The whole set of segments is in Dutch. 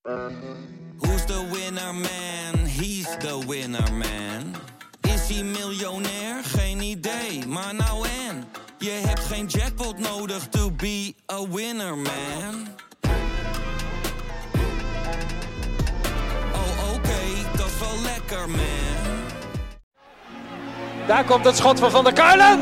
Who's the winner man? He's the winner man. Is hij miljonair? Geen idee, maar nou en. Je hebt geen jackpot nodig to be a winner man. Oh oké, dat is wel lekker man. Daar komt het schot van Van der Kuilen.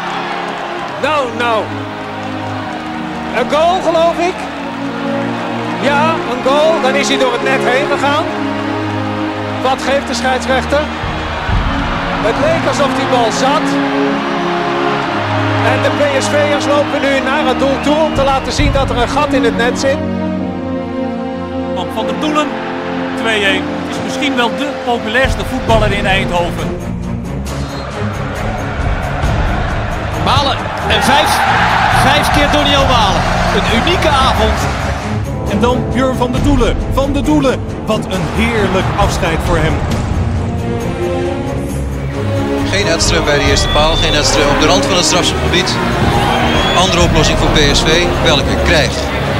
Nou. Een goal, geloof ik. Ja, een goal. Dan is hij door het net heen gegaan. Wat geeft de scheidsrechter? Het leek alsof die bal zat. En de PSV'ers lopen nu naar het doel toe om te laten zien dat er een gat in het net zit. Van der Doelen, 2-1. Is misschien wel de populairste voetballer in Eindhoven. Malen en vijf keer Doniel Malen. Een unieke avond. En dan Björn van der Doelen. Van der Doelen. Wat een heerlijk afscheid voor hem. Geen Edström bij de eerste paal. Geen Edström op de rand van het strafschopgebied. Andere oplossing voor PSV. Welke krijgt?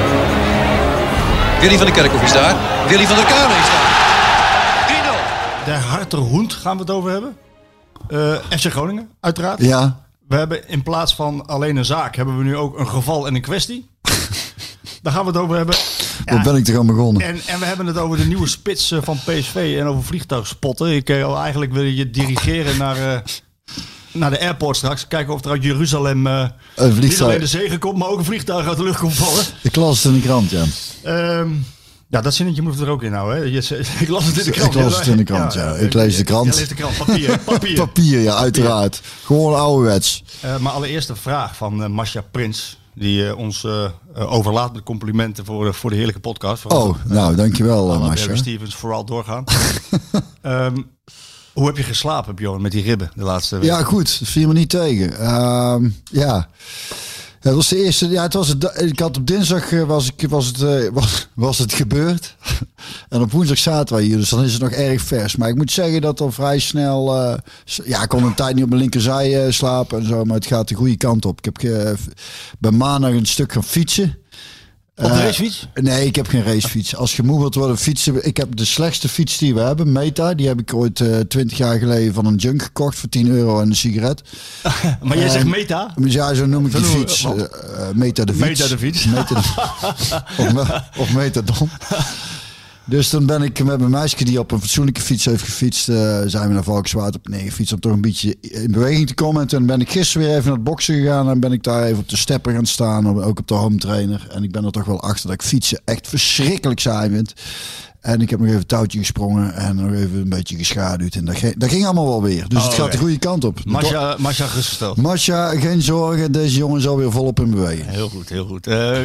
Willy van der Kerkhoff is daar. Willy van der Kuilen is daar. 3-0. De Harterhoend gaan we het over hebben. FC Groningen, uiteraard. Ja. We hebben in plaats van alleen een zaak, hebben we nu ook een geval en een kwestie. Daar gaan we het over hebben. Daar ben ik toch aan begonnen. En we hebben het over de nieuwe spits van PSV en over vliegtuigspotten. Eigenlijk wil je dirigeren naar de airport straks. Kijken of er uit Jeruzalem niet alleen de zegen komt, maar ook een vliegtuig uit de lucht komt vallen. Ik las het in de krant, ja. Ja, dat zinnetje moet er ook in houden. Hè? Ik las het in de krant. Ik las het in de krant, ja. Ik lees de krant. Je leest de krant, papier. Papier, ja, uiteraard. Papier. Gewoon ouderwets. Maar allereerst een vraag van Masha Prins. Die ons overlaat met complimenten voor de heerlijke podcast. Nou, dankjewel Masha. Barry Stevens vooral doorgaan. Hoe heb je geslapen, Bjorn, met die ribben de laatste week? Ja, goed. Dat viel me niet tegen. Ja, dat was de eerste. Ja, ik had op dinsdag was het gebeurd. En op woensdag zaten wij hier, dus dan is het nog erg vers. Maar ik moet zeggen dat al vrij snel. Ik kon een tijd niet op mijn linkerzij slapen en zo, maar het gaat de goede kant op. Ik heb bij maandag een stuk gaan fietsen. Op de racefiets? Nee, ik heb geen racefiets. Als je moe wilt worden fietsen... Ik heb de slechtste fiets die we hebben, Meta. Die heb ik ooit 20 jaar geleden van een junk gekocht voor €10 en een sigaret. Maar jij zegt Meta? Ja, zo noem ik die fiets. Meta de fiets. Meta de fiets. Of Metadon. Dus dan ben ik met mijn meisje die op een fatsoenlijke fiets heeft gefietst. Zijn we naar Valkenswaard op gefietst om toch een beetje in beweging te komen. En toen ben ik gisteren weer even naar het boksen gegaan. En ben ik daar even op de stepper gaan staan. Ook op de home trainer. En ik ben er toch wel achter dat ik fietsen echt verschrikkelijk saai vind. En ik heb nog even een touwtje gesprongen en nog even een beetje geschaduwd. En dat ging allemaal wel weer. Dus het gaat de goede kant op. Masha gerustgesteld. Masha, geen zorgen. Deze jongen is alweer volop in beweging. Heel goed, heel goed.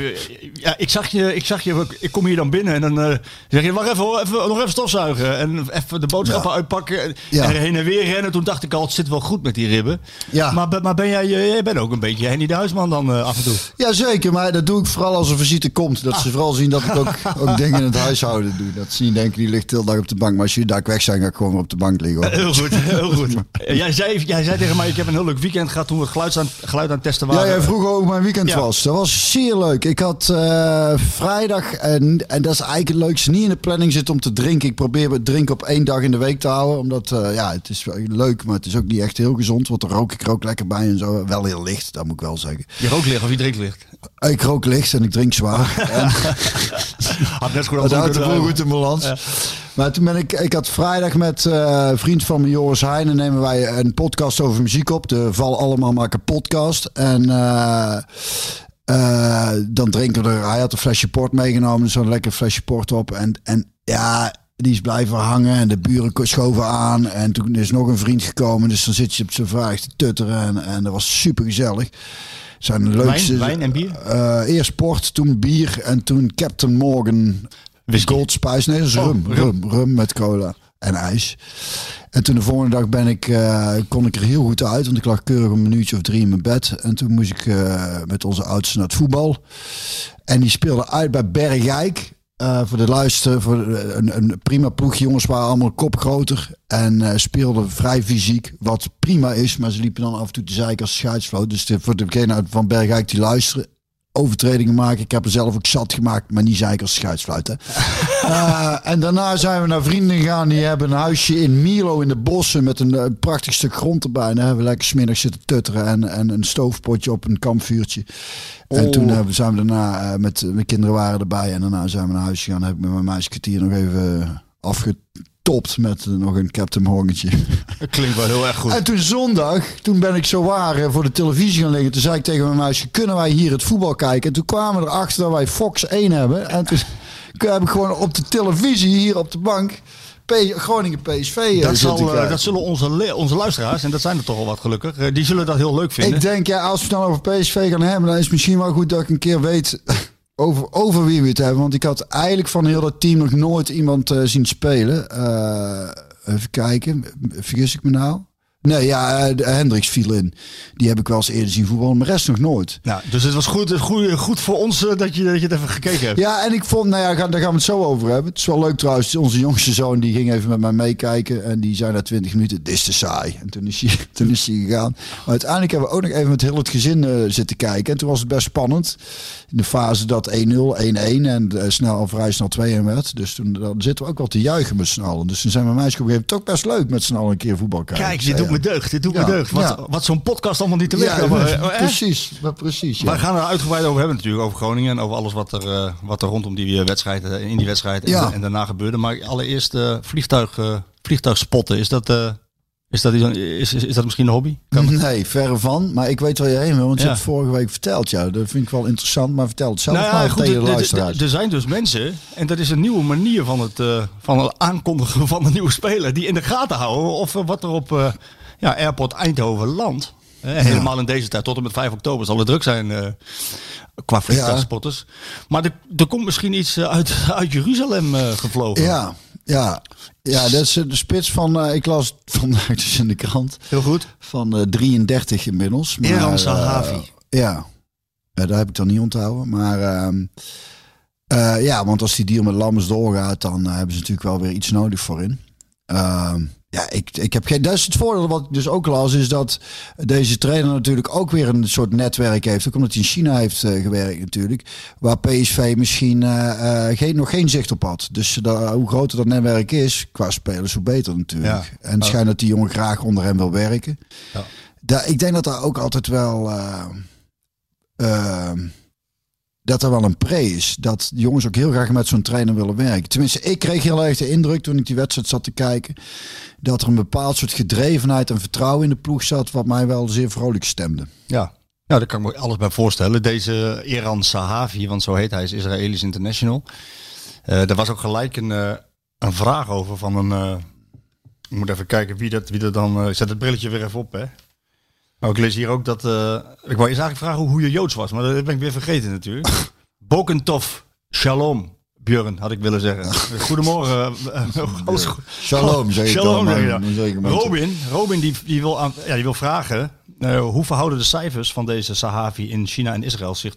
Ik kom hier dan binnen en dan zeg je, wacht even, nog even stofzuigen. En even de boodschappen uitpakken. En heen en weer rennen. Toen dacht ik al, het zit wel goed met die ribben. Ja. Maar ben jij bent ook een beetje Henny de Huisman dan af en toe? Ja, zeker. Maar dat doe ik vooral als er visite komt. Dat ze vooral zien dat ik ook dingen in het huishouden doe. Dat ze niet denken, die ligt heel dag op de bank. Maar als jullie daar weg zijn, ga ik gewoon op de bank liggen. Hoor. Heel goed, heel goed. Jij zei tegen mij, ik heb een heel leuk weekend gehad toen we het geluid aan het testen waren. Ja, jij vroeg hoe mijn weekend was. Dat was zeer leuk. Ik had vrijdag, en dat is eigenlijk het leukste, niet in de planning zit om te drinken. Ik probeer het drinken op 1 dag in de week te houden. Omdat, het is leuk, maar het is ook niet echt heel gezond. Want ik rook lekker bij en zo. Wel heel licht, dat moet ik wel zeggen. Je rookt licht of je drinkt licht? Ik rook licht en ik drink zwaar. Had net goed goed in balans. Ja. Maar toen ik had vrijdag met een vriend van me, Joris Heijnen, nemen wij een podcast over muziek op. De Val Allemaal Maken podcast. En dan drinken we hij had een flesje port meegenomen, zo'n lekker flesje port op. En die is blijven hangen en de buren schoven aan. En toen is nog een vriend gekomen, dus dan zit je op zijn vraag te tutteren. En dat was super gezellig. Zijn de leukste, wijn en bier? Eerst port, toen bier en toen Captain Morgan Gold Spice. Nee, dat is rum met cola en ijs. En toen de volgende dag kon ik er heel goed uit, want ik lag keurig een minuutje of 3 in mijn bed. En toen moest ik met onze oudste naar het voetbal. En die speelde uit bij Bergijk. Voor de luister, voor een prima ploeg. Jongens waren allemaal kop groter en speelden vrij fysiek, wat prima is. Maar ze liepen dan af en toe te zeiken als scheidsvloot. Dus voor degene van Bergijk die luisteren, overtredingen maken. Ik heb er zelf ook zat gemaakt, maar niet zeker als scheidsfluit. En daarna zijn we naar vrienden gegaan. Die hebben een huisje in Milo in de bossen met een prachtig stuk grond erbij. En daar hebben we lekker 's middags zitten tutteren en een stoofpotje op een kampvuurtje. En toen zijn we daarna met mijn kinderen waren erbij. En daarna zijn we naar huis gegaan. Heb ik met mijn meisjeskwartier nog even afgetopt met nog een Captain Morgantje. Dat klinkt wel heel erg goed. En toen zondag, toen ben ik zo waar voor de televisie gaan liggen. Toen zei ik tegen mijn meisje, kunnen wij hier het voetbal kijken? En toen kwamen we erachter dat wij Fox 1 hebben. En toen heb ik gewoon op de televisie hier op de bank Groningen PSV. Dat zullen onze luisteraars, en dat zijn er toch al wat gelukkig, die zullen dat heel leuk vinden. Ik denk, als we het dan over PSV gaan hebben, dan is het misschien wel goed dat ik een keer weet over wie we het hebben. Want ik had eigenlijk van heel dat team nog nooit iemand zien spelen. Even kijken, vergis ik me nou? Nee, Hendricks viel in. Die heb ik wel eens eerder zien voetballen, maar de rest nog nooit. Nou, dus het was goed voor ons dat je het even gekeken hebt. Ja, en ik vond, daar gaan we het zo over hebben. Het is wel leuk trouwens, onze jongste zoon die ging even met mij meekijken. En die zei na 20 minuten, dit is te saai. En toen is hij gegaan. Maar uiteindelijk hebben we ook nog even met heel het gezin zitten kijken. En toen was het best spannend. In de fase dat 1-0, 1-1 en vrij snel 2-1 werd. Dus dan zitten we ook wel te juigen met z'n allen. Dus toen zijn mijn meisjes op een gegeven moment toch best leuk met z'n allen een keer voetbal kijken. Kijk, dit doet me deugd. Wat zo'n podcast allemaal niet te liggen. Precies. Wij gaan er uitgebreid over hebben natuurlijk, over Groningen en over alles wat er rondom die wedstrijd, in die wedstrijd en daarna gebeurde. Maar allereerst vliegtuig spotten, is dat misschien een hobby? Nee, verre van. Maar ik weet waar je heen wil, want je hebt het vorige week verteld. Ja, dat vind ik wel interessant, maar vertel het zelf tegen de luisteraars. Er zijn dus mensen, en dat is een nieuwe manier van het aankondigen van een nieuwe speler, die in de gaten houden of wat er op Airport Eindhoven landt. Helemaal in deze tijd, tot en met 5 oktober zal het druk zijn qua vliegtuigspotters. Maar er komt misschien iets uit Jeruzalem gevlogen. Ja, dat is de spits van, ik las vandaag dus in de krant. Heel goed. Van 33 inmiddels. Eran Zahavi. Ja, daar heb ik dan niet onthouden. Maar want als die deal met Lammers doorgaat, dan hebben ze natuurlijk wel weer iets nodig voorin. Ik heb geen. Dat is het voordeel wat ik dus ook las, is dat deze trainer natuurlijk ook weer een soort netwerk heeft. Ook omdat hij in China heeft gewerkt natuurlijk. Waar PSV misschien nog geen zicht op had. Dus hoe groter dat netwerk is, qua spelers, hoe beter natuurlijk. Ja. En het schijnt dat die jongen graag onder hem wil werken. Ja. Ik denk dat daar ook altijd wel dat er wel een pre is. Dat de jongens ook heel graag met zo'n trainer willen werken. Tenminste, ik kreeg heel erg de indruk toen ik die wedstrijd zat te kijken, dat er een bepaald soort gedrevenheid en vertrouwen in de ploeg zat, wat mij wel zeer vrolijk stemde. Ja, daar kan ik me alles bij voorstellen. Deze Eran Zahavi, want zo heet hij, is Israëlisch International. Er was ook gelijk een vraag over van een... ik moet even kijken wie dat dan... zet het brilletje weer even op, hè. Nou, ik lees hier ook dat... ik wou eerst eigenlijk vragen hoe je Joods was, maar dat ben ik weer vergeten natuurlijk. Bokentov Shalom. Björn, had ik willen zeggen. Goedemorgen. Alles goed. Shalom, zeg ik dan. Robin die wil vragen... hoe verhouden de cijfers van deze Zahavi in China en Israël zich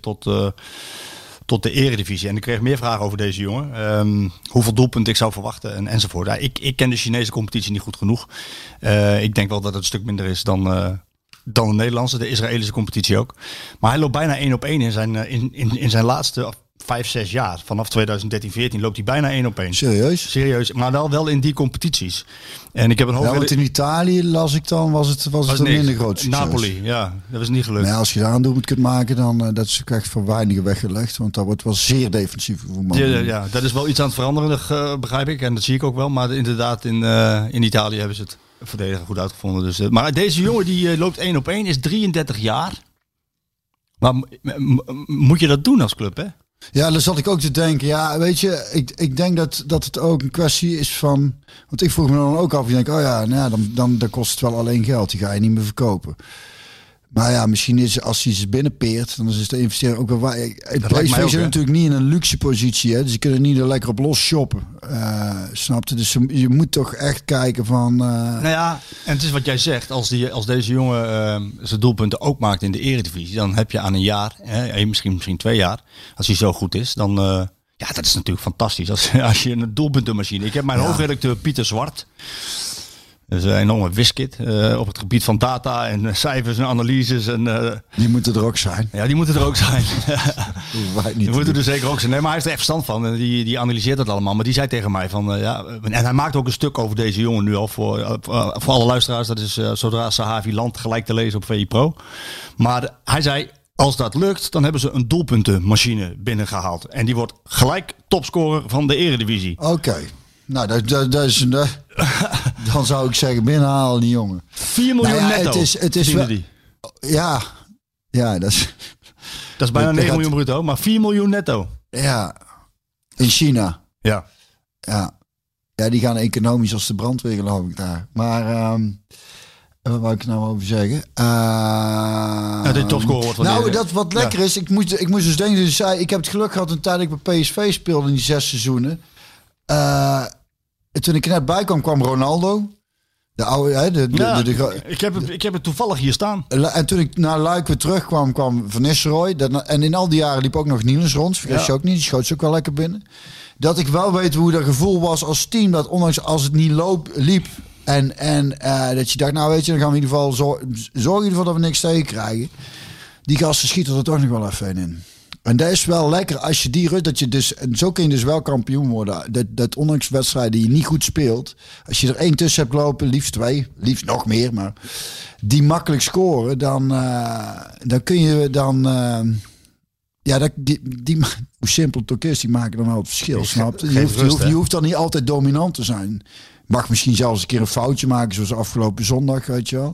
tot de eredivisie? En ik kreeg meer vragen over deze jongen. Hoeveel doelpunten ik zou verwachten enzovoort. Ja, ik ken de Chinese competitie niet goed genoeg. Ik denk wel dat het een stuk minder is dan de Nederlandse, de Israëlische competitie ook. Maar hij loopt bijna 1-op-1 in zijn laatste 5-6 jaar. Vanaf 2013-14 loopt hij bijna 1-op-1. Serieus, maar wel in die competities. En ik heb want in Italië las ik dan, was het een minder groot succes. Napoli, ja, dat was niet gelukt. Maar als je daar een doelpunt kunt maken, dan dat is echt voor weinigen weggelegd. Want dat wordt wel zeer defensief voetbal. Ja, dat is wel iets aan het veranderen, begrijp ik. En dat zie ik ook wel. Maar inderdaad, in Italië hebben ze het verdediger goed uitgevonden. Dus, maar deze jongen die loopt 1-op-1, is 33 jaar. Maar moet je dat doen als club, hè? Ja, daar zat ik ook te denken. Ja, weet je, ik denk dat het ook een kwestie is van... Want ik vroeg me dan ook af, ik denk, dan kost het wel alleen geld. Die ga je niet meer verkopen. Maar ja, misschien is als hij ze binnenpeert, dan is de investering ook wel waar. PSV zit natuurlijk niet in een luxe positie, hè? Dus je kunt niet er lekker op los shoppen. Snapte? Dus je moet toch echt kijken van... Nou ja, en het is wat jij zegt. Als deze jongen zijn doelpunten ook maakt in de eredivisie, dan heb je aan een jaar, misschien 2 jaar, als hij zo goed is, dan... dat is natuurlijk fantastisch als je een doelpuntenmachine... Ik heb mijn hoofdredacteur Pieter Zwart... Dus een enorme wiskit op het gebied van data en cijfers en analyses. Die moeten er ook zijn. Ja, die moeten er ook zijn. Die moeten er zeker ook zijn. Nee, maar hij heeft er echt verstand van. Die analyseert het allemaal. Maar die zei tegen mij van... en hij maakt ook een stuk over deze jongen nu al voor alle luisteraars. Dat is zodra Sahavi landt gelijk te lezen op VI Pro. Maar hij zei... Als dat lukt, dan hebben ze een doelpuntenmachine binnengehaald. En die wordt gelijk topscorer van de Eredivisie. Oké. Nou, dat is dan zou ik zeggen binnenhalen die jongen. 4 miljoen netto. Het is wel, ja, dat is bijna 9 miljoen bruto, maar 4 miljoen netto. Ja, in China. Ja, die gaan economisch als de brandweer, geloof ik daar. Maar wat wou ik nou over zeggen? De topscorer wordt dat wat lekker is. Ik moest dus denken, dus zei, ik heb het geluk gehad een tijd ik bij PSV speelde in die 6 seizoenen. Toen ik er net bij kwam Ronaldo. De oude, ik heb het toevallig hier staan. En toen ik naar Luik weer terugkwam, kwam Van Nistelrooy. En in al die jaren liep ook nog Niels rond. Vergeet je ook niet, die schoot ze ook wel lekker binnen. Dat ik wel weet hoe dat gevoel was als team. Dat ondanks als het niet liep. En dat je dacht, nou weet je, dan gaan we in ieder geval zorgen dat we niks tegen krijgen. Die gasten schieten er toch nog wel even in. En dat is wel lekker als je die rust, dat je dus, en zo kun je dus wel kampioen worden. Dat ondanks wedstrijden die je niet goed speelt, als je er 1 tussen hebt lopen, liefst 2, liefst nog meer, maar die makkelijk scoren, dan kun je dan, hoe simpel het ook is, die maken dan wel het verschil, snap je? Je hoeft dan niet altijd dominant te zijn. Mag misschien zelfs een keer een foutje maken, zoals afgelopen zondag, weet je wel.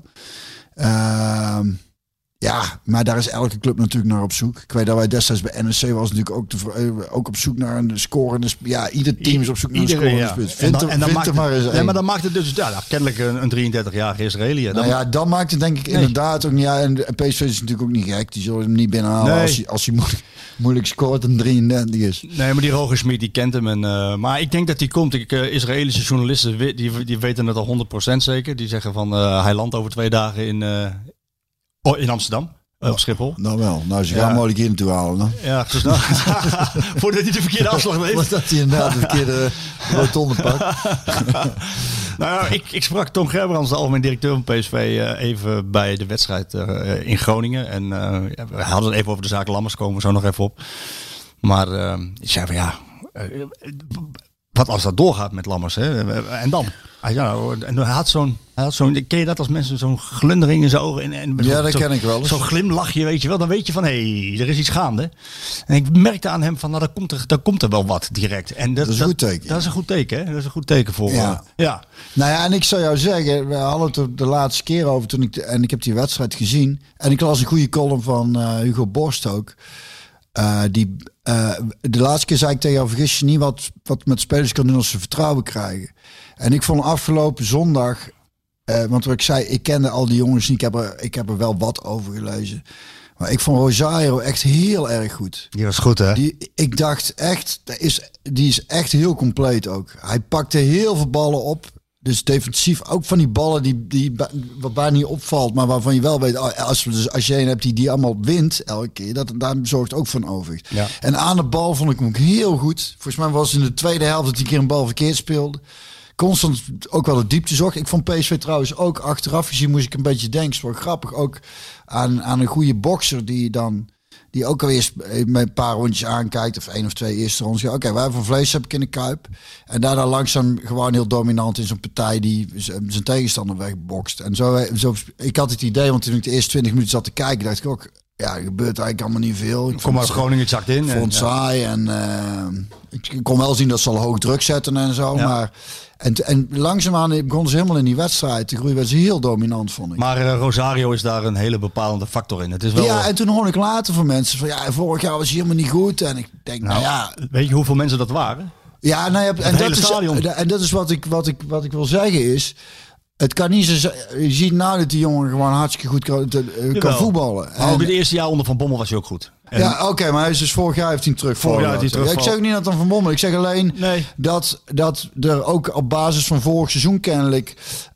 Ja, maar daar is elke club natuurlijk naar op zoek. Ik weet dat wij destijds bij NEC was natuurlijk ook op zoek naar een score. Ja, ieder team is op zoek naar een score. Ja. Maar dan maakt het dus kennelijk een 33-jarige Israëliër. Dan maakt het denk ik inderdaad ook niet. Ja, en PSV is natuurlijk ook niet gek. Die zullen hem niet binnenhalen als hij moeilijk scoort en 33 is. Nee, maar die Roger Schmid, die kent hem. Maar ik denk dat die komt. Israëlische journalisten die weten het al 100% zeker. Die zeggen van hij landt over 2 dagen in Amsterdam, op Schiphol. Nou wel. Nou, ze gaan mogelijk hier naartoe halen. No? Ja, zo snel. Voordat hij de verkeerde afslag heeft. Voordat hij inderdaad de verkeerde rotonde pakt. Ik sprak Tom Gerbrands, de algemeen directeur van PSV, even bij de wedstrijd in Groningen. En we hadden het even over de zaak Lammers, komen we zo nog even op. Maar ik zei van wat als dat doorgaat met Lammers, hè? En dan? En hij had zo'n, ken je dat als mensen zo'n glundering in zijn ogen? Ja, dat ken ik wel eens. Zo'n glimlachje, weet je wel. Dan weet je van, er is iets gaande. En ik merkte aan hem van, daar komt er wel wat direct. En dat is een goed teken. Dat is een goed teken, hè? Dat is een goed teken voor. Ja. Nou ja, en ik zou jou zeggen, we hadden het er de laatste keer over toen ik heb die wedstrijd gezien. En ik las een goede column van Hugo Borst ook. De laatste keer zei ik tegen jou, vergis je niet wat met spelers kan doen als ze vertrouwen krijgen. En ik vond afgelopen zondag, want wat ik zei, ik kende al die jongens niet, ik heb er wel wat over gelezen. Maar ik vond Rosario echt heel erg goed. Die was goed, hè? Ik dacht echt, die is echt heel compleet ook. Hij pakte heel veel ballen op. Dus defensief ook van die ballen wat bijna niet opvalt, maar waarvan je wel weet, als je een hebt die allemaal wint elke keer, daar zorgt ook van overwicht. Ja. En aan de bal vond ik hem ook heel goed. Volgens mij was het in de tweede helft dat hij een keer een bal verkeerd speelde. Constant ook wel de diepte zocht. Ik vond PSV trouwens ook achteraf gezien, moest ik een beetje denken, het is wel grappig, ook aan een goede bokser die ook alweer met een paar rondjes aankijkt, of 1 of 2 eerste rondjes. Oké, wij van vlees heb ik in de kuip. En daarna langzaam gewoon heel dominant in zo'n partij die zijn tegenstander wegbokst. En zo, ik had het idee, want toen ik de eerste 20 minuten zat te kijken, dacht ik ook, er gebeurt eigenlijk allemaal niet veel. Kom uit Groningen, het zakt in. Ik vond het saai en ik kon wel zien dat ze al hoog druk zetten en zo, maar... En langzaamaan begonnen ze helemaal in die wedstrijd te groeien. Werd ze heel dominant, vond ik. Maar Rosario is daar een hele bepalende factor in. Het is wel... Ja, en toen hoorde ik later van mensen van... vorig jaar was hij helemaal niet goed. En ik denk, Weet je hoeveel mensen dat waren? Ja, en dat is wat ik wil zeggen is... Het kan niet zo. Je ziet nou dat die jongen gewoon hartstikke goed kan voetballen. Maar ook in het eerste jaar onder Van Bommel was hij ook goed. Ja, oké, maar hij is dus vorig jaar heeft hij terug. Ik zeg ook niet dat dan Van Bommel. Ik zeg alleen dat er ook op basis van vorig seizoen kennelijk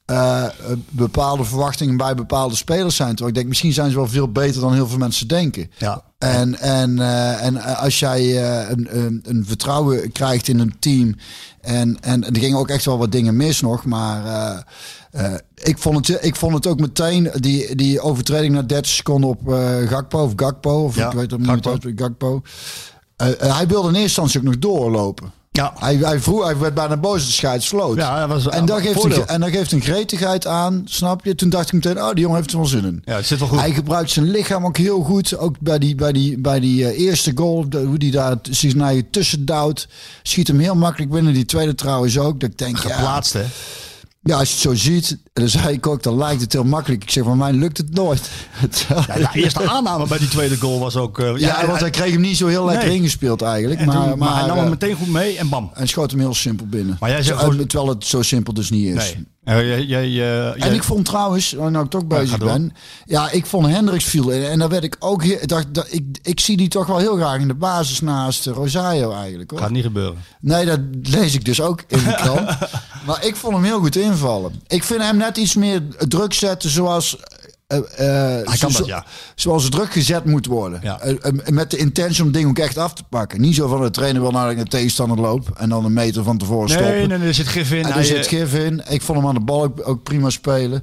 bepaalde verwachtingen bij bepaalde spelers zijn. Terwijl ik denk, misschien zijn ze wel veel beter dan heel veel mensen denken. Ja. En als jij een vertrouwen krijgt in een team... En er gingen ook echt wel wat dingen mis nog, maar... Ik vond het ook meteen, die overtreding na 30 seconden op Gakpo. Of ik weet het niet, Gakpo. Hij wilde in eerste instantie ook nog doorlopen. Ja. Hij werd bijna boos, de scheids floot. Ja, en dan geeft een gretigheid aan, snap je? Toen dacht ik meteen, die jongen heeft er wel zin in. Ja, het zit wel goed. Hij gebruikt zijn lichaam ook heel goed. Ook bij die eerste goal, hoe die daar zich naar je tussen duwt. Schiet hem heel makkelijk binnen. Die tweede trouwens ook. Dat ik denk, geplaatst, hè? Ja, als je het zo ziet, dan zei ik ook, dan lijkt het heel makkelijk. Ik zeg, van mij lukt het nooit. De eerste aanname bij die tweede goal was ook... want hij kreeg hem niet zo heel lekker ingespeeld eigenlijk. Maar hij nam hem meteen goed mee en bam. En schoot hem heel simpel binnen. Maar jij zegt terwijl het zo simpel dus niet is. Nee. En ik vond trouwens, nou ik toch bezig ben... Ja, ik vond Hendricks viel. En daar werd ik ook... Ik zie die toch wel heel graag in de basis naast Rosario eigenlijk. Hoor. Gaat niet gebeuren. Nee, dat lees ik dus ook in de krant. Maar ik vond hem heel goed invallen. Ik vind hem net iets meer druk zetten zoals... hij kan dat, ja. Zoals het druk gezet moet worden. Ja. Met de intentie om het ding ook echt af te pakken. Niet zo van de trainer wil naar de tegenstander loop en dan een meter van tevoren stoppen. Nee, er zit gif in. Er zit gif in. Ik vond hem aan de bal ook prima spelen.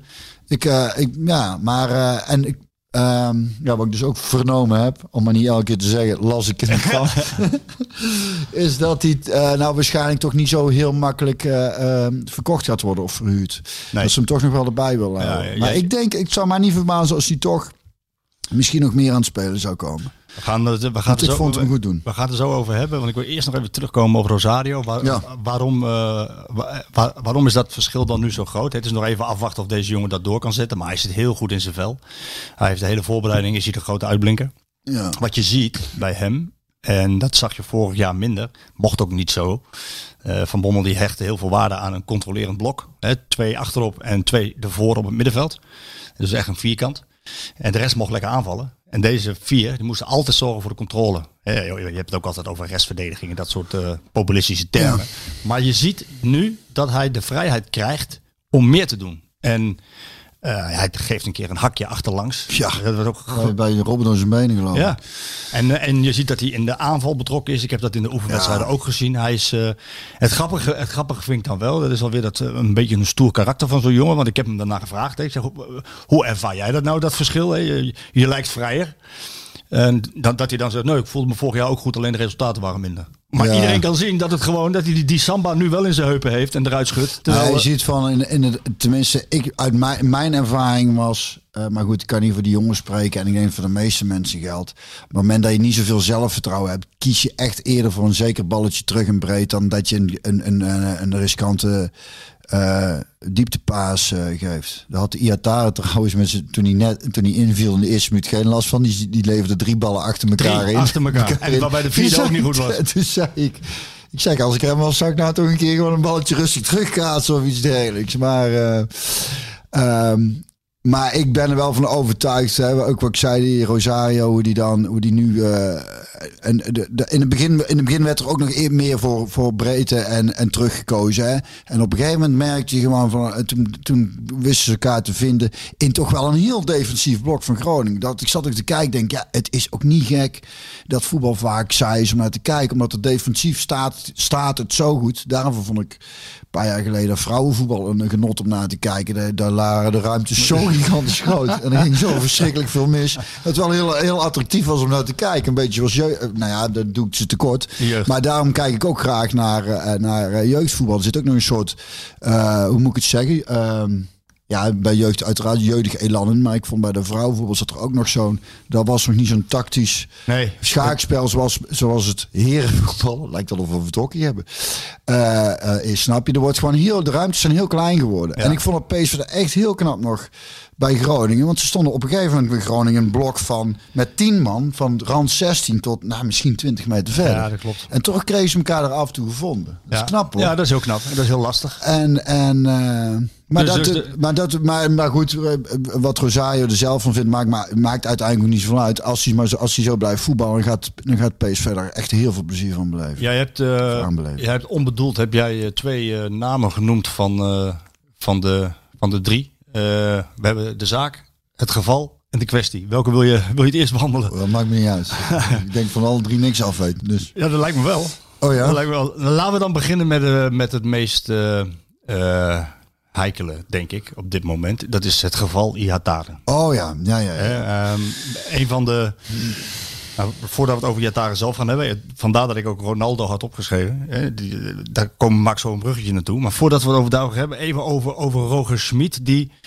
Wat ik dus ook vernomen heb, om maar niet elke keer te zeggen, las ik in de krant, is dat hij waarschijnlijk toch niet zo heel makkelijk verkocht gaat worden of verhuurd. Nee. Dat ze hem toch nog wel erbij willen houden. Maar ik zou mij niet verbazen als hij toch misschien nog meer aan het spelen zou komen. We gaan het er zo over hebben, want ik wil eerst nog even terugkomen over Rosario. Waarom is dat verschil dan nu zo groot? Het is nog even afwachten of deze jongen dat door kan zetten, maar hij zit heel goed in zijn vel. Hij heeft de hele voorbereiding, is hij de grote uitblinker. Ja. Wat je ziet bij hem, en dat zag je vorig jaar minder, mocht ook niet zo. Van Bommel die hechtte heel veel waarde aan een controlerend blok. 2 achterop en 2 ervoor op het middenveld. Dus echt een vierkant. En de rest mocht lekker aanvallen. En deze 4 die moesten altijd zorgen voor de controle. Je hebt het ook altijd over restverdediging en dat soort populistische termen. Ja. Maar je ziet nu dat hij de vrijheid krijgt om meer te doen. En hij geeft een keer een hakje achterlangs. Ja, dat was ook bij Robben zijn benen geloof ik. Ja. En je ziet dat hij in de aanval betrokken is. Ik heb dat in de oefenwedstrijden ook gezien. Hij is, het grappige vind ik dan wel. Dat is alweer een beetje een stoer karakter van zo'n jongen. Want ik heb hem daarna gevraagd. Ik zeg, hoe ervaar jij dat nou, dat verschil? Je lijkt vrijer. En dat hij dan zegt, nee, ik voelde me vorig jaar ook goed. Alleen de resultaten waren minder. Maar iedereen kan zien dat dat hij die samba nu wel in zijn heupen heeft en eruit schudt. Terwijl je ziet van, tenminste, mijn ervaring was, maar goed, ik kan niet voor die jongens spreken en ik denk voor de meeste mensen geldt. Op het moment dat je niet zoveel zelfvertrouwen hebt, kies je echt eerder voor een zeker balletje terug en breed dan dat je een riskante dieptepaas geeft. Daar had de Iatare trouwens toen hij inviel in de eerste minuut geen last van. Die leverde 3 ballen achter elkaar in. Achter elkaar. En waarbij de 4 ook niet goed was. Toen zei ik zeg, als ik hem was, zou ik nou toch een keer gewoon een balletje rustig terugkaatsen of iets dergelijks. Maar ik ben er wel van overtuigd. Hè, ook wat ik zei, die Rosario, hoe die nu... in het begin werd er ook nog meer voor breedte en teruggekozen. Hè. En op een gegeven moment merkte je gewoon van... Toen wisten ze elkaar te vinden in toch wel een heel defensief blok van Groningen. Ik zat ook te kijken, denk het is ook niet gek dat voetbal vaak saai is om naar te kijken. Omdat het defensief staat het zo goed. Daarvoor vond ik een paar jaar geleden vrouwenvoetbal een genot om naar te kijken. Daar waren de ruimtes zo gigantisch groot. En er ging zo verschrikkelijk veel mis. Het wel heel attractief was om naar te kijken. Een beetje was dat doe ik ze tekort. Jeugd. Maar daarom kijk ik ook graag naar jeugdvoetbal. Er zit ook nog een soort, hoe moet ik het zeggen... bij jeugd uiteraard jeugdig elan in. Maar ik vond bij de vrouwenvoetbal zat er ook nog dat was nog niet zo'n tactisch schaakspel zoals het herenvoetbal. Lijkt wel of we vertrokken hebben. Snap je? Er wordt gewoon de ruimtes zijn heel klein geworden. Ja. En ik vond het PSV echt heel knap nog bij Groningen. Want ze stonden op een gegeven moment bij Groningen een blok met 10 man van rand 16 tot misschien 20 meter verder. Ja, dat klopt. En toch kregen ze elkaar er af en toe gevonden. Dat is knap hoor. Ja, dat is heel knap. Dat is heel lastig. Maar goed, wat Rosario er zelf van vindt, maakt uiteindelijk niet zoveel uit. Als hij zo blijft voetballen, dan gaat PSV daar echt heel veel plezier van beleven. Jij hebt onbedoeld 2 namen genoemd van de van de 3. We hebben de zaak, het geval en de kwestie. Welke wil je het eerst behandelen? Dat maakt me niet uit. Ik denk van alle 3 niks afweten. Dus. Ja, dat lijkt me wel. Oh ja? Dat lijkt me wel. Laten we dan beginnen met het meest heikele, denk ik, op dit moment. Dat is het geval Ihataren. Oh ja. Een van de... Nou, voordat we het over Ihataren zelf gaan hebben, vandaar dat ik ook Ronaldo had opgeschreven. Daar komen Max zo een bruggetje naartoe. Maar voordat we het over daarover hebben, even over Roger Schmid.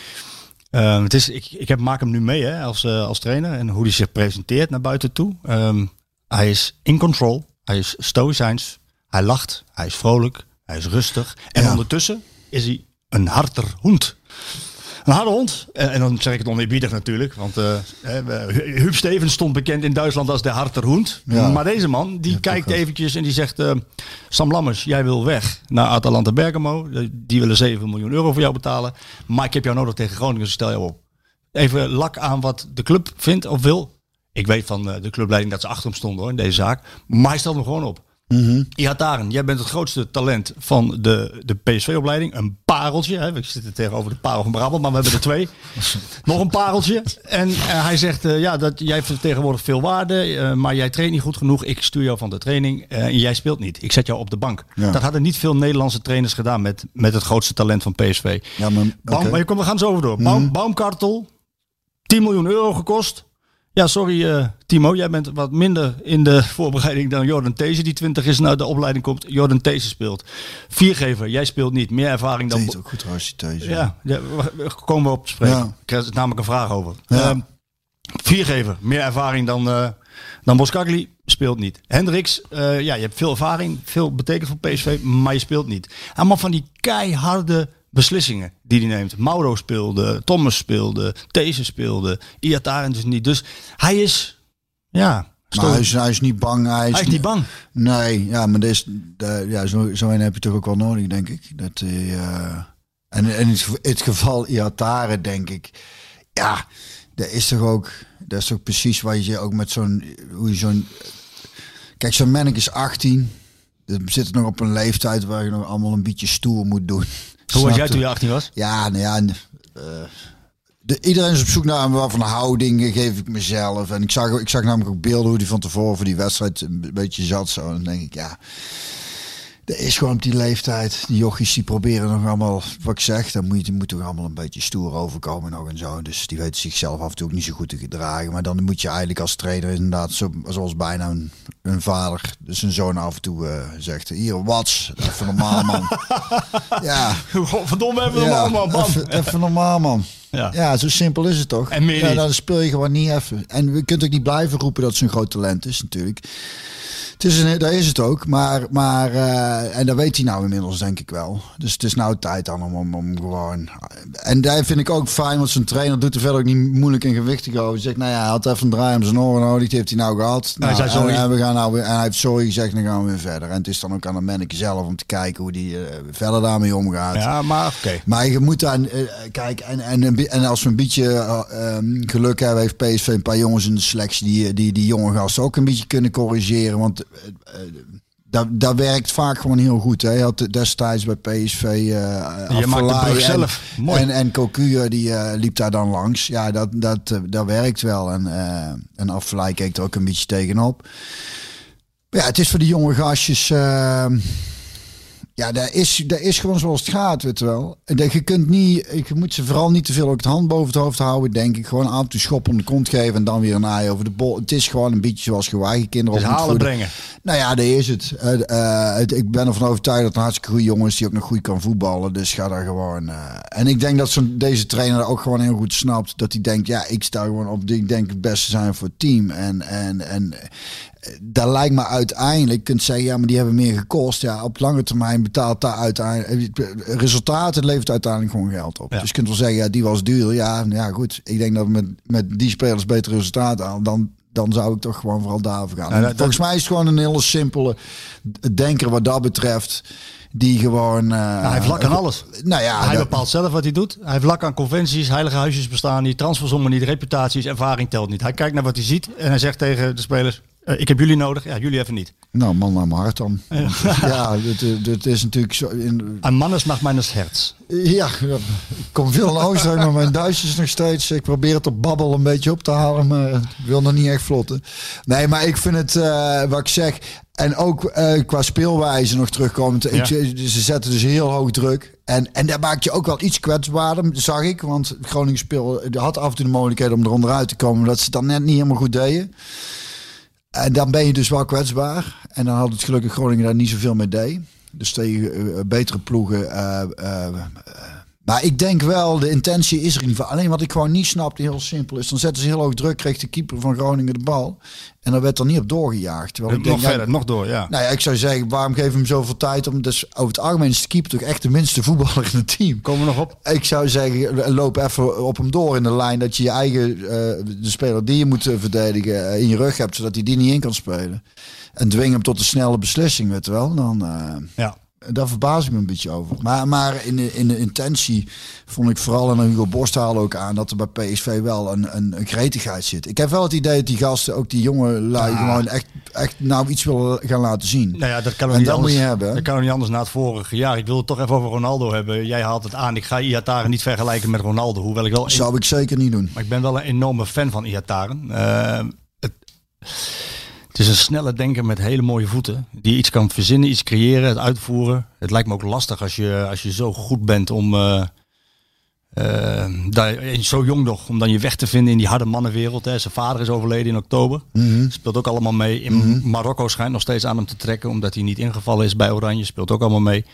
Ik maak hem nu mee als trainer en hoe hij zich presenteert naar buiten toe. Hij is in control, hij is stoïcijns, hij lacht, hij is vrolijk, hij is rustig. En ondertussen is hij een harder hond. Een harde hond. En dan zeg ik het oneerbiedig natuurlijk. Want Huub Stevens stond bekend in Duitsland als de harder hond. Ja. Maar deze man, die kijkt eventjes en die zegt... Sam Lammers, jij wil weg naar Atalanta Bergamo. Die willen 7 miljoen euro voor jou betalen. Maar ik heb jou nodig tegen Groningen, dus stel jou op. Even lak aan wat de club vindt of wil. Ik weet van de clubleiding dat ze achter hem stonden hoor, in deze zaak. Maar hij stelt hem gewoon op. Mm-hmm. Ihataren, jij bent het grootste talent van de PSV-opleiding. Een pareltje. Hè? We zitten tegenover de parel van Brabant, maar we hebben er 2. Nog een pareltje. En hij zegt, dat jij vertegenwoordigt veel waarde, maar jij traint niet goed genoeg. Ik stuur jou van de training en jij speelt niet. Ik zet jou op de bank. Ja. Dat hadden niet veel Nederlandse trainers gedaan met het grootste talent van PSV. Ja, maar we gaan zo over door. Baumkartel, 10 miljoen euro gekost. Ja, sorry Timo, jij bent wat minder in de voorbereiding dan Jordan These, die 20 is naar de opleiding komt. Jordan These speelt. Viergever, jij speelt niet. Meer ervaring dan... These ook goed trouwens, These. Ja, we komen op te spreken. Ja. Ik krijg er namelijk een vraag over. Ja. Viergever, meer ervaring dan Boskagli, speelt niet. Hendricks, je hebt veel ervaring, veel betekent voor PSV, maar je speelt niet. Allemaal van die keiharde beslissingen die hij neemt. Mauro speelde, Thomas speelde, These speelde, Ihataren dus niet. Dus hij is, maar hij is niet bang. Hij is niet bang. Nee, ja, maar zo een heb je toch ook wel nodig, denk ik. Dat en in het geval Ihataren, denk ik, ja, dat is toch precies wat je ook met kijk, zo'n Mennik is 18. We zitten nog op een leeftijd waar je nog allemaal een beetje stoer moet doen. Hoe was jij toen je 18 was? Ja, iedereen is op zoek naar wat van houding geef ik mezelf. En ik zag namelijk ook beelden hoe die van tevoren voor die wedstrijd een beetje zat. Zo. En dan denk ik, dat is gewoon op die leeftijd. Die jochies die proberen nog allemaal, wat ik zeg, dan moet toch allemaal een beetje stoer overkomen nog en zo. Dus die weten zichzelf af en toe ook niet zo goed te gedragen. Maar dan moet je eigenlijk als trainer inderdaad, zoals bijna een vader, dus een zoon af en toe zegt, hier, wat? Even normaal, man. Ja. Verdomme, even normaal, man. Even normaal, man. Ja, zo simpel is het toch? En meer niet. Dan speel je gewoon niet even. En we kunnen ook niet blijven roepen dat ze een groot talent is natuurlijk. Daar is het ook, maar en dat weet hij nou inmiddels denk ik wel. Dus het is nou tijd dan om gewoon... En daar vind ik ook fijn, want zijn trainer doet er verder ook niet moeilijk en gewichtig over. Hij zegt, hij had even een draai om zijn oren nodig, die heeft hij nou gehad. Hij zei sorry. En hij heeft sorry gezegd, dan gaan we weer verder. En het is dan ook aan de Mennik zelf om te kijken hoe die verder daarmee omgaat. Ja, maar oké. Maar je moet daar... kijk, en als we een beetje geluk hebben, heeft PSV een paar jongens in de selectie die jonge gasten ook een beetje kunnen corrigeren, want... Dat werkt vaak gewoon heel goed. Hè. Hij had destijds bij PSV je maakt de brug zelf. Mooi. En Cocu die liep daar dan langs. Ja, dat werkt wel. En Afvlaai keek er ook een beetje tegenop. Ja, het is voor die jonge gastjes... dat is gewoon zoals het gaat, weet je wel. Je moet ze vooral niet te veel ook het hand boven het hoofd houden, denk ik. Gewoon af en toe schop om de kont geven en dan weer een aai over de bol. Het is gewoon een beetje zoals je eigen kinderen op halen brengen. Nou ja, dat is het. Ik ben ervan overtuigd dat een hartstikke goede jongen is die ook nog goed kan voetballen. Dus ga daar gewoon... En ik denk dat deze trainer ook gewoon heel goed snapt. Dat hij denkt, ik sta gewoon op. Ik denk het beste zijn voor het team. En dat lijkt me uiteindelijk, kunt zeggen, maar die hebben meer gekost. Ja, op lange termijn betaalt daar uiteindelijk resultaten, levert uiteindelijk gewoon geld op. Ja. Dus je kunt wel zeggen, die was duur. Ja, goed. Ik denk dat we met die spelers betere resultaten halen. Dan zou ik toch gewoon vooral daarvoor gaan. Volgens mij is het gewoon een hele simpele denker wat dat betreft. Die gewoon... hij heeft lak aan alles. Hij bepaalt zelf wat hij doet. Hij heeft lak aan conventies, heilige huisjes bestaan niet, transfersommen niet, reputaties, ervaring telt niet. Hij kijkt naar wat hij ziet en hij zegt tegen de spelers, Ik heb jullie nodig, jullie even niet. Nou, man naar mijn hart dan. Ja, dit is natuurlijk zo... Een man is nach meines Herz. Ja, ik kom veel aan Oostenrijk, maar mijn Duits is nog steeds... Ik probeer het op babbel een beetje op te halen, maar ik wil nog niet echt vlotten. Nee, maar ik vind het, wat ik zeg... En ook qua speelwijze nog terugkomend. Ja. Ze zetten dus heel hoog druk. En daar maak je ook wel iets kwetsbaarder, zag ik. Want Groningen had af en toe de mogelijkheid om er onderuit te komen. Dat ze het dan net niet helemaal goed deden. En dan ben je dus wel kwetsbaar. En dan had het gelukkig Groningen daar niet zoveel mee deed. Dus tegen betere ploegen. Maar ik denk wel, de intentie is er in ieder geval. Alleen wat ik gewoon niet snapte, heel simpel is. Dan zetten ze heel hoog druk, kreeg de keeper van Groningen de bal. En dan werd er niet op doorgejaagd. Terwijl ik denk, verder, nog door, ja. Nou ja, ik zou zeggen, waarom geven we hem zoveel tijd? Dus over het algemeen is de keeper toch echt de minste voetballer in het team. Komen we nog op? Ik zou zeggen, loop even op hem door in de lijn. Dat je je eigen, de speler die je moet verdedigen, in je rug hebt. Zodat hij die niet in kan spelen. En dwing hem tot een snelle beslissing, weet je wel. Dan... ja. Daar verbaas ik me een beetje over. Maar in de intentie vond ik vooral, en Hugo Borst haalde ook aan, dat er bij PSV wel een gretigheid zit. Ik heb wel het idee dat die gasten, ook die jonge lui, gewoon echt nou iets willen gaan laten zien. Nou ja, dat kan niet anders. Moet je hebben. Dat kan niet anders na het vorige jaar. Ik wil het toch even over Ronaldo hebben. Jij haalt het aan. Ik ga Ihataren niet vergelijken met Ronaldo. Hoewel ik wel. Zou ik zeker niet doen. Maar ik ben wel een enorme fan van Ihataren. Het is een snelle denker met hele mooie voeten. Die iets kan verzinnen, iets creëren, het uitvoeren. Het lijkt me ook lastig als je zo goed bent om... zo jong nog, om dan je weg te vinden in die harde mannenwereld. Hè. Zijn vader is overleden in oktober. Mm-hmm. Speelt ook allemaal mee. In Marokko schijnt nog steeds aan hem te trekken, omdat hij niet ingevallen is bij Oranje. Speelt ook allemaal mee.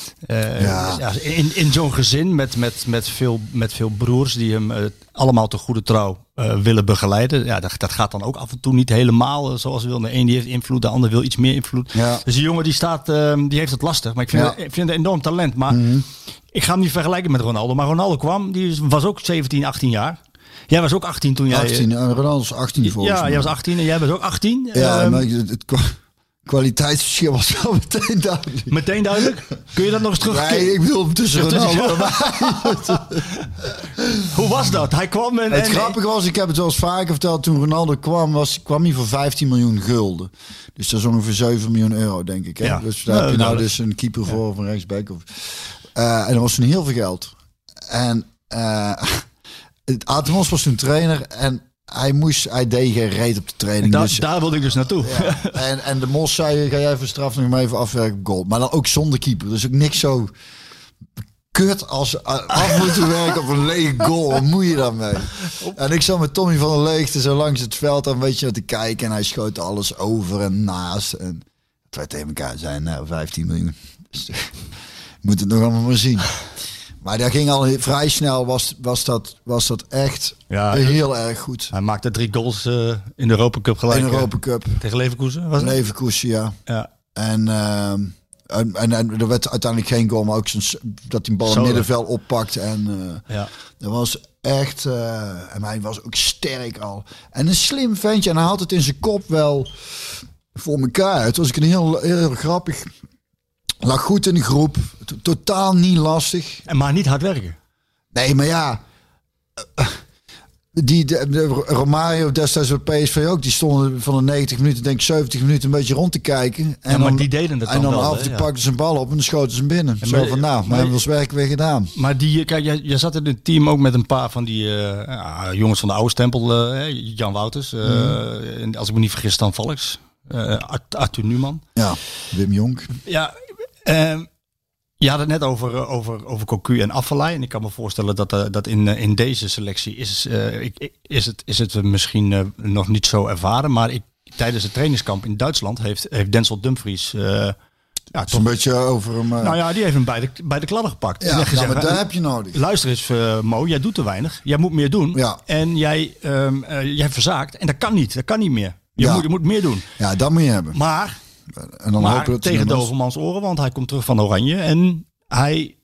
In zo'n gezin met veel broers die hem allemaal te goede trouw willen begeleiden. Ja, dat gaat dan ook af en toe niet helemaal zoals ze wil. De een die heeft invloed, de ander wil iets meer invloed. Ja. Dus die jongen die heeft het lastig. Maar ik vind het een enorm talent. Maar ik ga hem niet vergelijken met Ronaldo. Maar Ronaldo kwam, die was ook 17, 18 jaar. Jij was ook 18 toen jij... 18, Ronaldo was 18 volgens mij. Ja, jij was 18 en jij was ook 18. Ja, maar het kwaliteitsverschil was wel meteen duidelijk. Meteen duidelijk? Kun je dat nog eens terug? Nee, ik bedoel tussen Ronaldo. Hoe was dat? Hij kwam en... Het grappige was, ik heb het wel eens vaker verteld, toen Ronaldo kwam hij voor 15 miljoen gulden. Dus dat is ongeveer 7 miljoen euro, denk ik. Hè? Ja. Dus daar heb je nou dus een keeper voor of een rechtsback. En dat was toen heel veel geld. En Atemos was toen trainer en hij deed geen reet op de training. Daar wilde ik dus naartoe. Ja. En de Mos zei, ga jij even straf nog maar even afwerken op goal. Maar dan ook zonder keeper. Dus ook niks zo kut als af moeten werken op een lege goal. Wat moet je daarmee? En ik zat met Tommy van der Leegte zo langs het veld een beetje te kijken. En hij schoot alles over en naast. En het werd tegen elkaar zijn 15 miljoen. Dus moet het nog allemaal maar zien. Maar dat ging al vrij snel, was dat echt heel erg goed. Hij maakte 3 goals in de Europa Cup gelijk. In de Europa Cup. Tegen Leverkusen was het? Leverkusen, ja. En er werd uiteindelijk geen goal, maar ook dat die bal in het middenveld oppakt. En dat was echt... en hij was ook sterk al. En een slim ventje. En hij had het in zijn kop wel voor elkaar. Het was een heel grappig... Lag goed in de groep. Totaal niet lastig. Maar niet hard werken. Nee, maar ja... De Romario destijds bij PSV ook. Die stonden van de 90 minuten, denk ik 70 minuten een beetje rond te kijken. En maar die deden het dan wel. En dan af en toe pakten ze een bal op en dan schoten ze hem binnen. Zo van, maar hebben we ons werk weer gedaan. Maar kijk, jij zat in het team ook met een paar van die jongens van de oude stempel. Jan Wouters. Als ik me niet vergis, dan Valks. Arthur Numan. Ja, Wim Jonk. Ja, je had het net over Cocu en Afellay. En ik kan me voorstellen dat in deze selectie is het misschien nog niet zo ervaren. Maar tijdens het trainingskamp in Duitsland heeft Denzel Dumfries... toch een beetje over hem... Nou ja, die heeft hem bij de kladden gepakt. Ja, en gezegd, maar daar heb je nodig. Luister eens, Mo, jij doet te weinig. Jij moet meer doen. Ja. En jij verzaakt. En dat kan niet. Dat kan niet meer. Je moet meer doen. Ja, dat moet je hebben. Maar en dan hopen dat tegen Dovermans oren, want hij komt terug van Oranje. En hij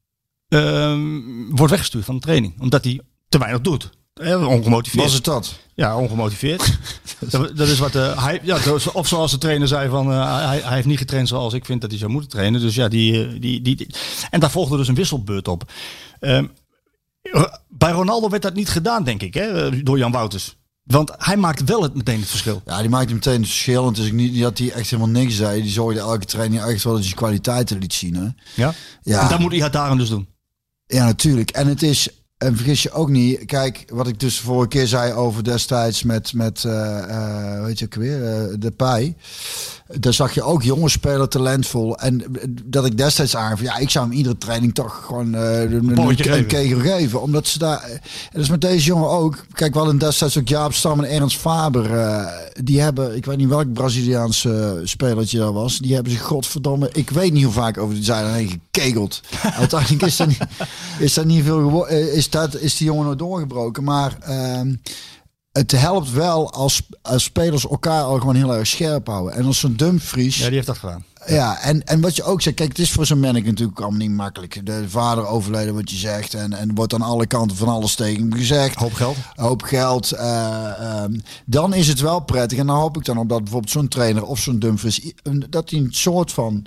wordt weggestuurd van de training. Omdat hij te weinig doet. Ongemotiveerd. Was het dat? Ja, ongemotiveerd. dat is wat of zoals de trainer zei van hij heeft niet getraind zoals ik vind dat hij zou moeten trainen. Dus ja, en daar volgde dus een wisselbeurt op. Bij Ronaldo werd dat niet gedaan, denk ik, hè, door Jan Wouters. Want hij maakt wel meteen het verschil. Ja, die maakt meteen het verschil. Het is ook niet dat hij echt helemaal niks zei. Die zorgde elke training echt wel dat hij kwaliteiten liet zien. Hè? Ja. En dat moet Ihataren dus doen. Ja, natuurlijk. En het is... En vergis je ook niet, kijk, wat ik dus vorige keer zei over destijds met weet je ook weer, Depay. Daar zag je ook jonge speler talentvol. En dat ik destijds aangaf, ik zou hem iedere training toch gewoon een kegel geven. Omdat ze daar, en dat is met deze jongen ook. Kijk, we hadden destijds ook Jaap Stam en Ernst Faber. Die hebben, ik weet niet welk Braziliaanse spelertje dat was. Die hebben zich godverdomme, ik weet niet hoe vaak over de zijde heen gekegeld. Uiteindelijk is dat niet veel geworden. Is die jongen nog doorgebroken. Maar het helpt wel als spelers elkaar al gewoon heel erg scherp houden. En als zo'n Dumfries... Ja, die heeft dat gedaan. Ja, en wat je ook zegt, kijk, het is voor zo'n manneke natuurlijk allemaal niet makkelijk. De vader overleden, wat je zegt. En wordt aan alle kanten van alles tegen hem gezegd. Hoop geld. Dan is het wel prettig. En dan hoop ik dan op dat bijvoorbeeld zo'n trainer of zo'n Dumfries... dat hij een soort van...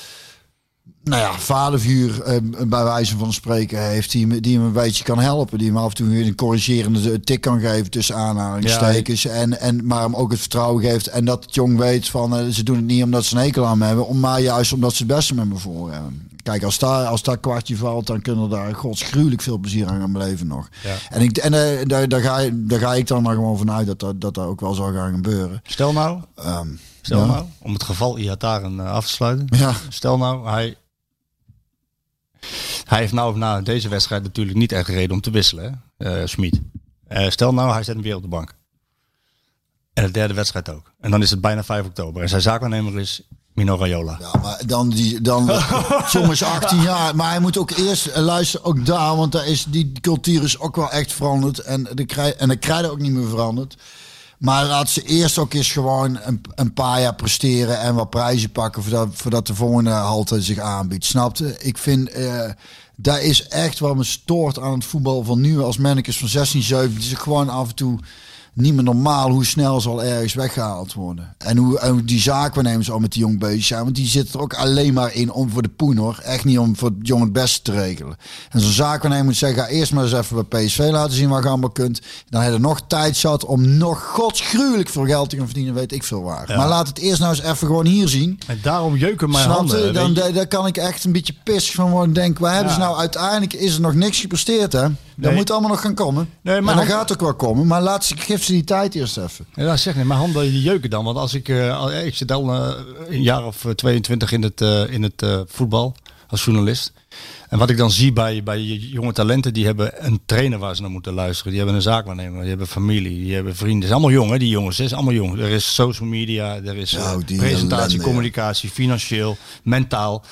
vadervuur bij wijze van spreken heeft, die hem een beetje kan helpen. Die hem af en toe weer een corrigerende tik kan geven tussen aanhalingstekens. Maar hem ook het vertrouwen geeft. En dat het jong weet van, ze doen het niet omdat ze een hekel aan me hebben, maar juist omdat ze het beste met me voor hebben. Kijk, als dat kwartje valt, dan kunnen we daar godsgruwelijk veel plezier aan gaan beleven nog. Ja. En daar ga ik dan maar gewoon vanuit dat ook wel zou gaan gebeuren. Stel nou, om het geval Ihataren af te sluiten. Ja. Stel nou, hij heeft nou na deze wedstrijd natuurlijk niet echt reden om te wisselen, Schmid. Stel nou, hij zet hem weer op de bank. En de derde wedstrijd ook. En dan is het bijna 5 oktober. En zijn zaakwaarnemer is Mino Raiola. Ja, maar dan jongens 18 jaar. Maar hij moet ook eerst luisteren, ook daar. Want daar is, die cultuur is ook wel echt veranderd. En de krijgen ook niet meer veranderd. Maar laat ze eerst ook eens gewoon een paar jaar presteren en wat prijzen pakken voordat de volgende halte zich aanbiedt. Snapte? Ik vind, daar is echt wat me stoort aan het voetbal van nu als mannekes van 16, 17. Het is gewoon af en toe niet meer normaal hoe snel ze al ergens weggehaald worden. En hoe die zaakwaarnemers al met die jong bezig zijn. Want die zitten er ook alleen maar in om voor de poen, hoor. Echt niet om voor het jong het beste te regelen. En zo'n zaakwaarnemer moet zeggen, ga eerst maar eens even bij PSV laten zien wat je allemaal kunt. Dan heb je nog tijd zat om nog godsgruwelijk veel geld te gaan verdienen, weet ik veel waar. Ja. Maar laat het eerst nou eens even gewoon hier zien. En daarom jeuken mijn handen. Daar kan ik echt een beetje pissig van worden. Denk, waar hebben ze nou uiteindelijk, is er nog niks gepresteerd, hè? Dat moet allemaal nog gaan komen. Nee, maar en dan gaat het ook wel komen. Maar geef ze die tijd eerst even. Ja, zeg niet. Mijn handen die jeuken dan. Want als ik zit al een jaar of 22 in het voetbal als journalist. En wat ik dan zie bij jonge talenten, die hebben een trainer waar ze naar moeten luisteren. Die hebben een zaakwaarnemer, die hebben familie, die hebben vrienden. Het is allemaal jong, hè, die jongens. Het is allemaal jong. Er is social media, er is presentatie, communicatie, financieel, mentaal.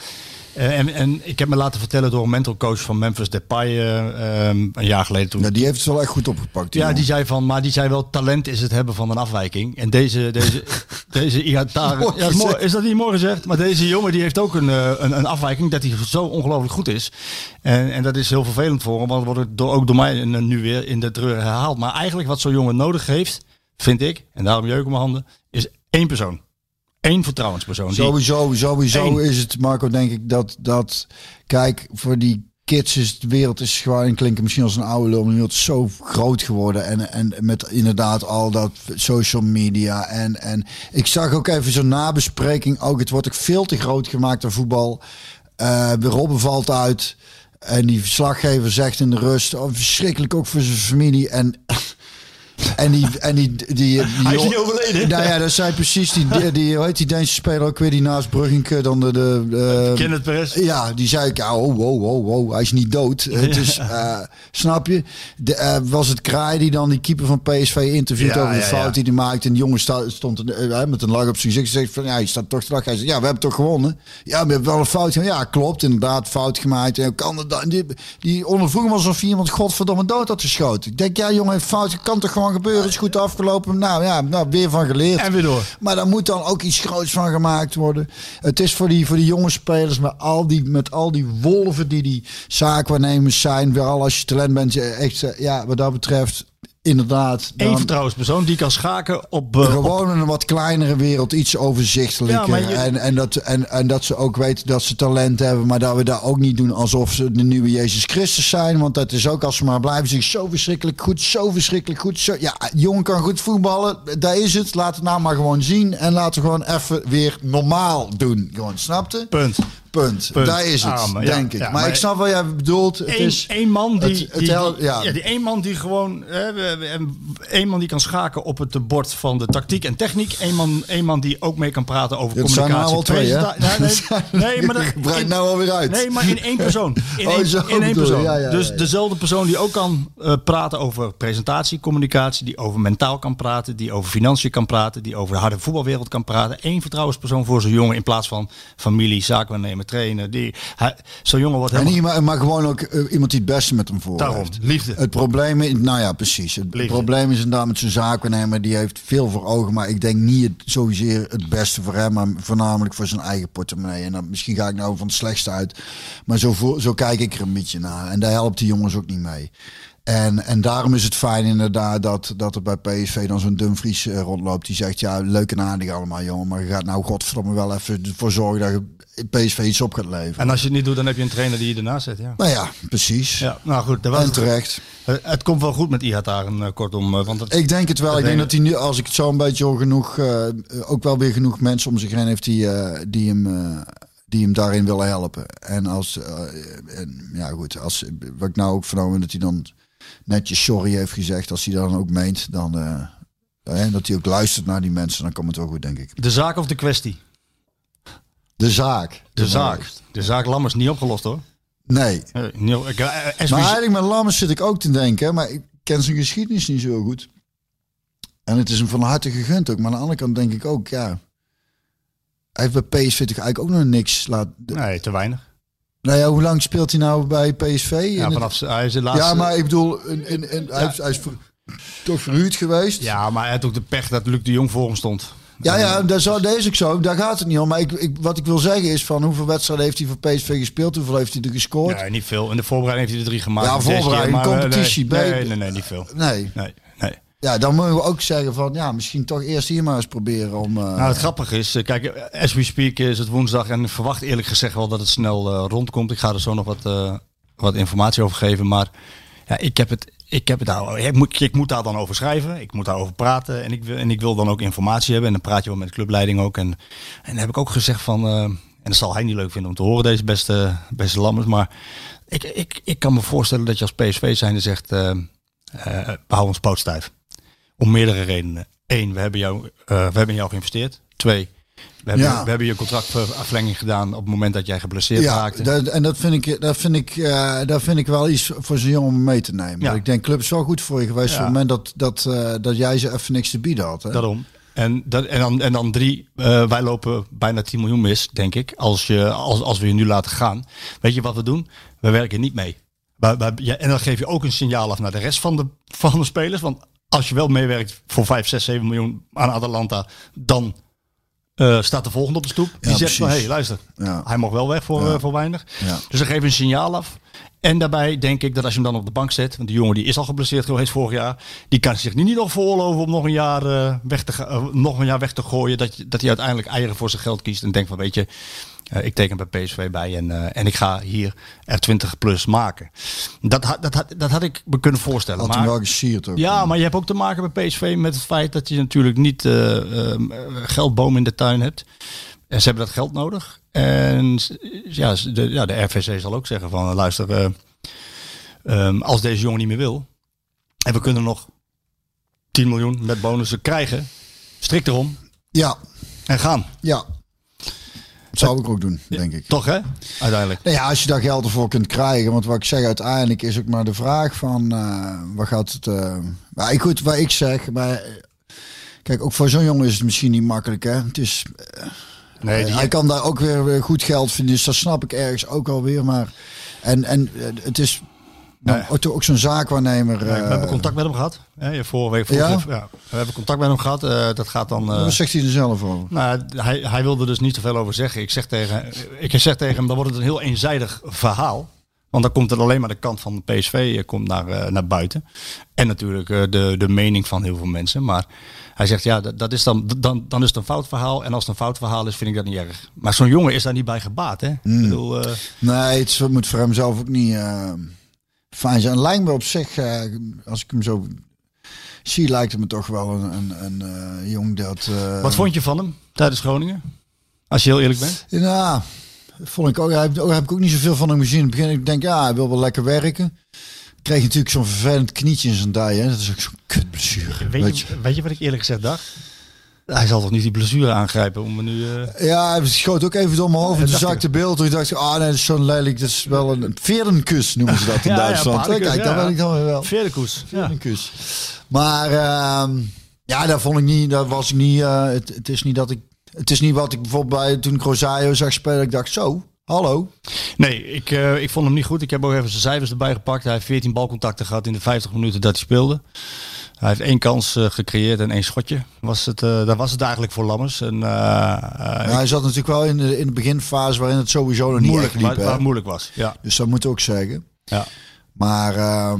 En ik heb me laten vertellen door een mental coach van Memphis Depay een jaar geleden toen. Ja, die heeft het wel echt goed opgepakt. Die zei wel, talent is het hebben van een afwijking. En deze Ihataren, is dat niet mooi gezegd? Maar deze jongen die heeft ook een afwijking dat hij zo ongelooflijk goed is. En dat is heel vervelend voor hem, want dat wordt ook door mij nu weer in de treur herhaald. Maar eigenlijk wat zo'n jongen nodig heeft, vind ik, en daarom jeuken mijn handen, is 1 persoon. 1 vertrouwenspersoon. Sowieso is het, Marco, denk ik dat kijk, voor die kids is de wereld is gewoon, klinken misschien als een oude lul, maar de wereld is zo groot geworden en met inderdaad al dat social media en ik zag ook even zo'n nabespreking ook, het wordt ook veel te groot gemaakt aan voetbal. Robben valt uit en die verslaggever zegt in de rust, verschrikkelijk ook voor zijn familie en hij is niet overleden. Nou ja, dat zijn precies die hoe heet die Deense speler ook weer, die naast Bruggenke dan de Kenneth Perez. Ja, die zei ik, hij is niet dood. Het is, snap je? Was het Kraai die dan die keeper van PSV interviewt over de fout die hij maakte. En de jongen stond met een lach op zijn gezicht. Zegt van, je staat toch te lachen. Hij zei, we hebben toch gewonnen? Ja, we hebben wel een fout gemaakt. Ja, klopt, inderdaad, fout gemaakt. En kan het dan? Die ondervroeg was of iemand godverdomme dood had geschoten. Ik denk, jongen, fout kan toch gewoon gebeuren, is goed afgelopen. Nou, weer van geleerd. En weer door. Maar daar moet dan ook iets groots van gemaakt worden. Het is voor die jonge spelers, met al die wolven die zaakwaarnemers zijn, vooral als je talent bent, echt, wat dat betreft, inderdaad... Eén vertrouwenspersoon die kan schaken op... gewoon een wat kleinere wereld, iets overzichtelijker. Ja, en dat ze ook weten dat ze talent hebben, maar dat we daar ook niet doen alsof ze de nieuwe Jezus Christus zijn. Want dat is ook als ze maar blijven zeggen, zo verschrikkelijk goed. Ja, jongen kan goed voetballen, daar is het. Laat het nou maar gewoon zien en laten we gewoon even weer normaal doen. Gewoon, snapte? Punt. Daar is het, denk ik. Maar ik snap wat jij bedoelt. Het is één man die... die één man die gewoon... één man die kan schaken op het bord van de tactiek en techniek. Één man die ook mee kan praten over communicatie. Het zijn nou al twee, hè? Nee, maar dat breidt nou alweer uit. Nee, maar in één persoon. In één persoon. Ja. Dus dezelfde persoon die ook kan praten over presentatie, communicatie, die over mentaal kan praten, die over financiën kan praten, die over de harde voetbalwereld kan praten. Eén vertrouwenspersoon voor zo'n jongen in plaats van familie, zaakwaarnemer, trainer. Zo'n jongen wordt helemaal... Maar gewoon ook iemand die het beste met hem voor Daarom, heeft. liefde. Het probleem is, precies. Het probleem is inderdaad met zijn zaakwaarnemer, die heeft veel voor ogen, maar ik denk niet zozeer het beste voor hem, maar voornamelijk voor zijn eigen portemonnee. En dan, misschien ga ik nou van het slechtste uit, maar zo kijk ik er een beetje naar. En daar helpt die jongens ook niet mee. En daarom is het fijn inderdaad dat er bij PSV dan zo'n Dumfries rondloopt. Die zegt, ja, leuk en aardig allemaal, jongen. Maar je gaat nou godverdomme wel even ervoor zorgen dat je PSV iets op gaat leveren. En als je het niet doet, dan heb je een trainer die je ernaast zet, ja. Nou ja, precies. Ja, nou goed. En terecht. Het komt wel goed met Ihataren, kortom. Want ik denk het wel. Ik denk dat hij nu, als ik het zo een beetje hoor, ook wel weer genoeg mensen om zich heen heeft die hem daarin willen helpen. En wat ik nou ook vernomen dat hij dan netjes sorry heeft gezegd, als hij dan ook meent, dan dat hij ook luistert naar die mensen, dan komt het wel goed, denk ik. De zaak of de kwestie? De zaak. De zaak Lammers niet opgelost, hoor. Nee. Maar eigenlijk met Lammers zit ik ook te denken, maar ik ken zijn geschiedenis niet zo goed. En het is hem van harte gegund ook. Maar aan de andere kant denk ik ook, ja, hij heeft bij PSV toch eigenlijk ook nog niks laten... Nee, te weinig. Nou ja, hoe lang speelt hij nou bij PSV? Ja, hij is de laatste... Ja, maar ik bedoel, hij is toch verhuurd geweest. Ja, maar hij had ook de pech dat Luc de Jong voor hem stond. Ja, dat is ook zo. Daar gaat het niet om. Maar wat ik wil zeggen is van hoeveel wedstrijden heeft hij voor PSV gespeeld? Hoeveel heeft hij er gescoord? Nee, niet veel. In de voorbereiding heeft hij er 3 gemaakt. Ja, voorbereiding, competitie. Nee, niet veel. Nee. Ja, dan moeten we ook zeggen van, ja, misschien toch eerst hier maar eens proberen om... Nou, het grappige is, kijk, as we speak is het woensdag en ik verwacht eerlijk gezegd wel dat het snel rondkomt. Ik ga er zo nog wat informatie over geven, maar ja, ik moet daar dan over schrijven, ik moet daarover praten en ik wil dan ook informatie hebben en dan praat je wel met de clubleiding ook. En dan heb ik ook gezegd van, en dat zal hij niet leuk vinden om te horen, deze beste Lammers, maar ik kan me voorstellen dat je als PSV zijnde zegt, we houden ons poot stijf. Om meerdere redenen. 1, we hebben jou geïnvesteerd. 2, we hebben je contractverlenging gedaan op het moment dat jij geblesseerd raakte. En dat vind ik wel iets voor zo'n jongen om mee te nemen. Ja. Ik denk, club is wel goed voor je geweest op het moment dat jij ze even niks te bieden had. Hè? Daarom. En dan 3, wij lopen bijna 10 miljoen mis, denk ik, als we je nu laten gaan. Weet je wat we doen? We werken niet mee. En dan geef je ook een signaal af naar de rest van de spelers. Want als je wel meewerkt voor 5, 6, 7 miljoen aan Atalanta, dan staat de volgende op de stoep. Die zegt van, hey, luister, hij mag wel weg voor weinig. Ja. Dus dan geef je een signaal af. En daarbij denk ik dat als je hem dan op de bank zet, want die jongen die is al geblesseerd geweest vorig jaar, die kan zich niet nog veroorloven om nog een jaar weg te gooien, dat hij uiteindelijk eieren voor zijn geld kiest en denkt van, weet je, ik teken bij PSV bij en ik ga hier er 20 plus maken. Dat had ik me kunnen voorstellen. Had hij wel gesierd ook. Ja, maar je hebt ook te maken bij PSV met het feit dat je natuurlijk niet geldboom in de tuin hebt. En ze hebben dat geld nodig. En de RVC zal ook zeggen van, luister, als deze jongen niet meer wil en we kunnen nog 10 miljoen met bonussen krijgen, strikt erom. Ja. En gaan. Ja. Dat zou ik ook doen, denk ik. Toch, hè? Uiteindelijk. Nou ja, als je daar geld ervoor kunt krijgen. Want wat ik zeg, uiteindelijk is ook maar de vraag van... waar gaat het... maar goed, wat ik zeg... Maar, kijk, ook voor zo'n jongen is het misschien niet makkelijk, hè? Het is... hij kan daar ook weer goed geld vinden. Dus dat snap ik ergens ook alweer. Maar... En het is... ook zo'n zaakwaarnemer. We hebben contact met hem gehad. Vorige week. We hebben contact met hem gehad. Dat gaat dan. Wat zegt hij er zelf over? Nou, hij wilde dus niet zoveel over zeggen. Ik zeg tegen hem, dan wordt het een heel eenzijdig verhaal. Want dan komt het alleen maar de kant van de PSV komt naar buiten. En natuurlijk de mening van heel veel mensen. Maar hij zegt, ja, dat is dan is het een fout verhaal. En als het een fout verhaal is, vind ik dat niet erg. Maar zo'n jongen is daar niet bij gebaat, hè? Ik bedoel, nee, het moet voor hem zelf ook niet fijn zijn. Lijkt me op zich, als ik hem zo zie, lijkt het me toch wel een jong dat... Wat vond je van hem tijdens Groningen? Als je heel eerlijk bent. Ja, vond ik ook. Heb ik ook niet zoveel van hem gezien. In het begin, ik denk, hij wil wel lekker werken. Kreeg natuurlijk zo'n vervelend knietje in zijn dij. Hè? Dat is ook zo'n kutblessure. Weet je wat ik eerlijk gezegd dacht? Hij zal toch niet die blessure aangrijpen om me nu... Ja, hij schoot ook even door mijn hoofd. Toen zag ik de beeld. Ik dacht, nee, dat is zo'n lelijk. Dat is wel een veerdenkus noemen ze dat in Duitsland. Ja, kijk, dat weet ik dan weer wel. Veerdenkus. Veerdenkus. Maar daar vond ik niet. Dat was ik niet. Het is niet dat ik. Het is niet wat ik bijvoorbeeld toen ik Rosario zag spelen. Ik dacht zo. Hallo? Nee, ik vond hem niet goed. Ik heb ook even zijn cijfers erbij gepakt. Hij heeft 14 balcontacten gehad in de 50 minuten dat hij speelde. Hij heeft 1 kans gecreëerd en 1 schotje. Dat was het eigenlijk voor Lammers. En, hij zat natuurlijk wel in de beginfase waarin het sowieso nog niet moeilijk, echt liep. waar het moeilijk was. Ja. Dus dat moet ik ook zeggen. Ja. Maar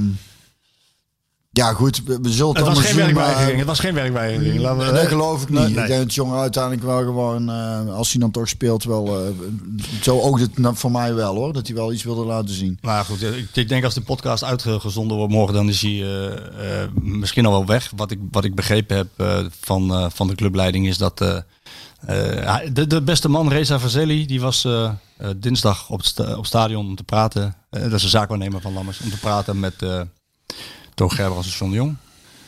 ja goed, we zullen het was geen werkweigering. Het was geen werkweigering. Dat geloof ik niet. Nee. Ik denk dat het jongen uiteindelijk wel gewoon, als hij dan toch speelt, wel zo ook voor mij wel hoor, dat hij wel iets wilde laten zien. Maar goed, ik denk als de podcast uitgezonden wordt morgen, dan is hij misschien al wel weg. Wat ik begrepen heb van de clubleiding is dat de beste man, Reza Fazeli, die was dinsdag op stadion om te praten. Dat is een zaakwaarnemer van Lammers, om te praten met Toon Gerbrands en John de Jong.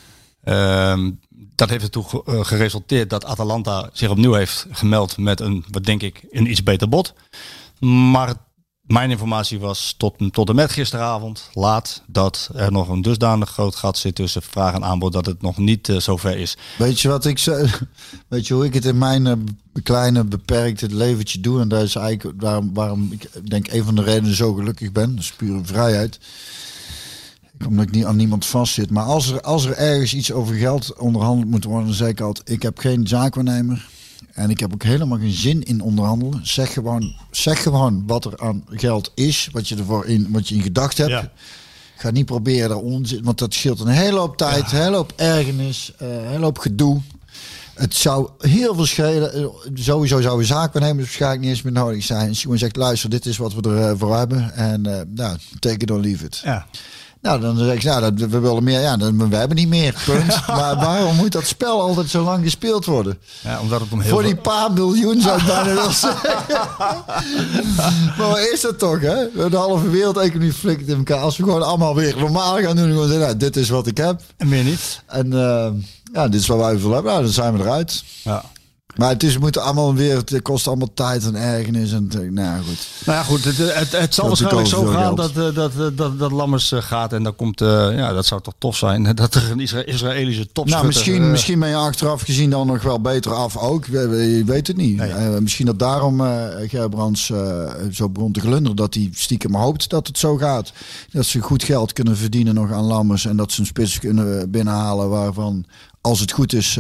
Dat heeft ertoe geresulteerd dat Atalanta zich opnieuw heeft gemeld met een iets beter bod. Maar mijn informatie was tot en met gisteravond laat dat er nog een dusdanig groot gat zit tussen vraag en aanbod dat het nog niet zover is. Weet je wat ik zei? Weet je hoe ik het in mijn kleine beperkte leventje doe? En dat is eigenlijk waarom ik denk een van de redenen zo gelukkig ben. Dat is pure vrijheid. Omdat ik niet aan niemand vastzit. Maar als er ergens iets over geld onderhandeld moet worden, dan zeg ik altijd, ik heb geen zaakwaarnemer. En ik heb ook helemaal geen zin in onderhandelen. Zeg gewoon wat er aan geld is, wat je in gedachten hebt. Ja. Ga niet proberen daaronder te zitten, want dat scheelt een hele hoop tijd, een hele hoop ergernis, een hele hoop gedoe. Het zou heel veel schelen. Sowieso zouden zaakwaarnemers waarschijnlijk niet eens meer nodig zijn. Als je gewoon zegt, luister, dit is wat we ervoor hebben. En take it or leave it. Ja. Nou, dan zeg ik, we willen meer. Ja, we hebben niet meer. Punt. Maar waarom moet dat spel altijd zo lang gespeeld worden? Ja, omdat het om heel voor die paar miljoen zou ik bijna wel zeggen. Maar wat is dat toch, hè? De halve wereldeconomie flikkert in elkaar. Als we gewoon allemaal weer normaal gaan doen. En gewoon zeggen, dit is wat ik heb. En meer niet. En dit is wat wij veel hebben. Nou, dan zijn we eruit. Ja. Maar het moet allemaal weer, het kost allemaal tijd en ergernis. En nou goed. Nou ja, goed. Het zal waarschijnlijk zo gaan dat Lammers gaat. En dan komt, dat zou toch tof zijn. Dat er een Israëlische topschutter... Nou, misschien ben je achteraf gezien dan nog wel beter af ook. Je weet het niet. Nee. Misschien dat daarom Gerbrands zo begon te glunderen. Dat hij stiekem hoopt dat het zo gaat. Dat ze goed geld kunnen verdienen nog aan Lammers. En dat ze een spits kunnen binnenhalen waarvan, als het goed is...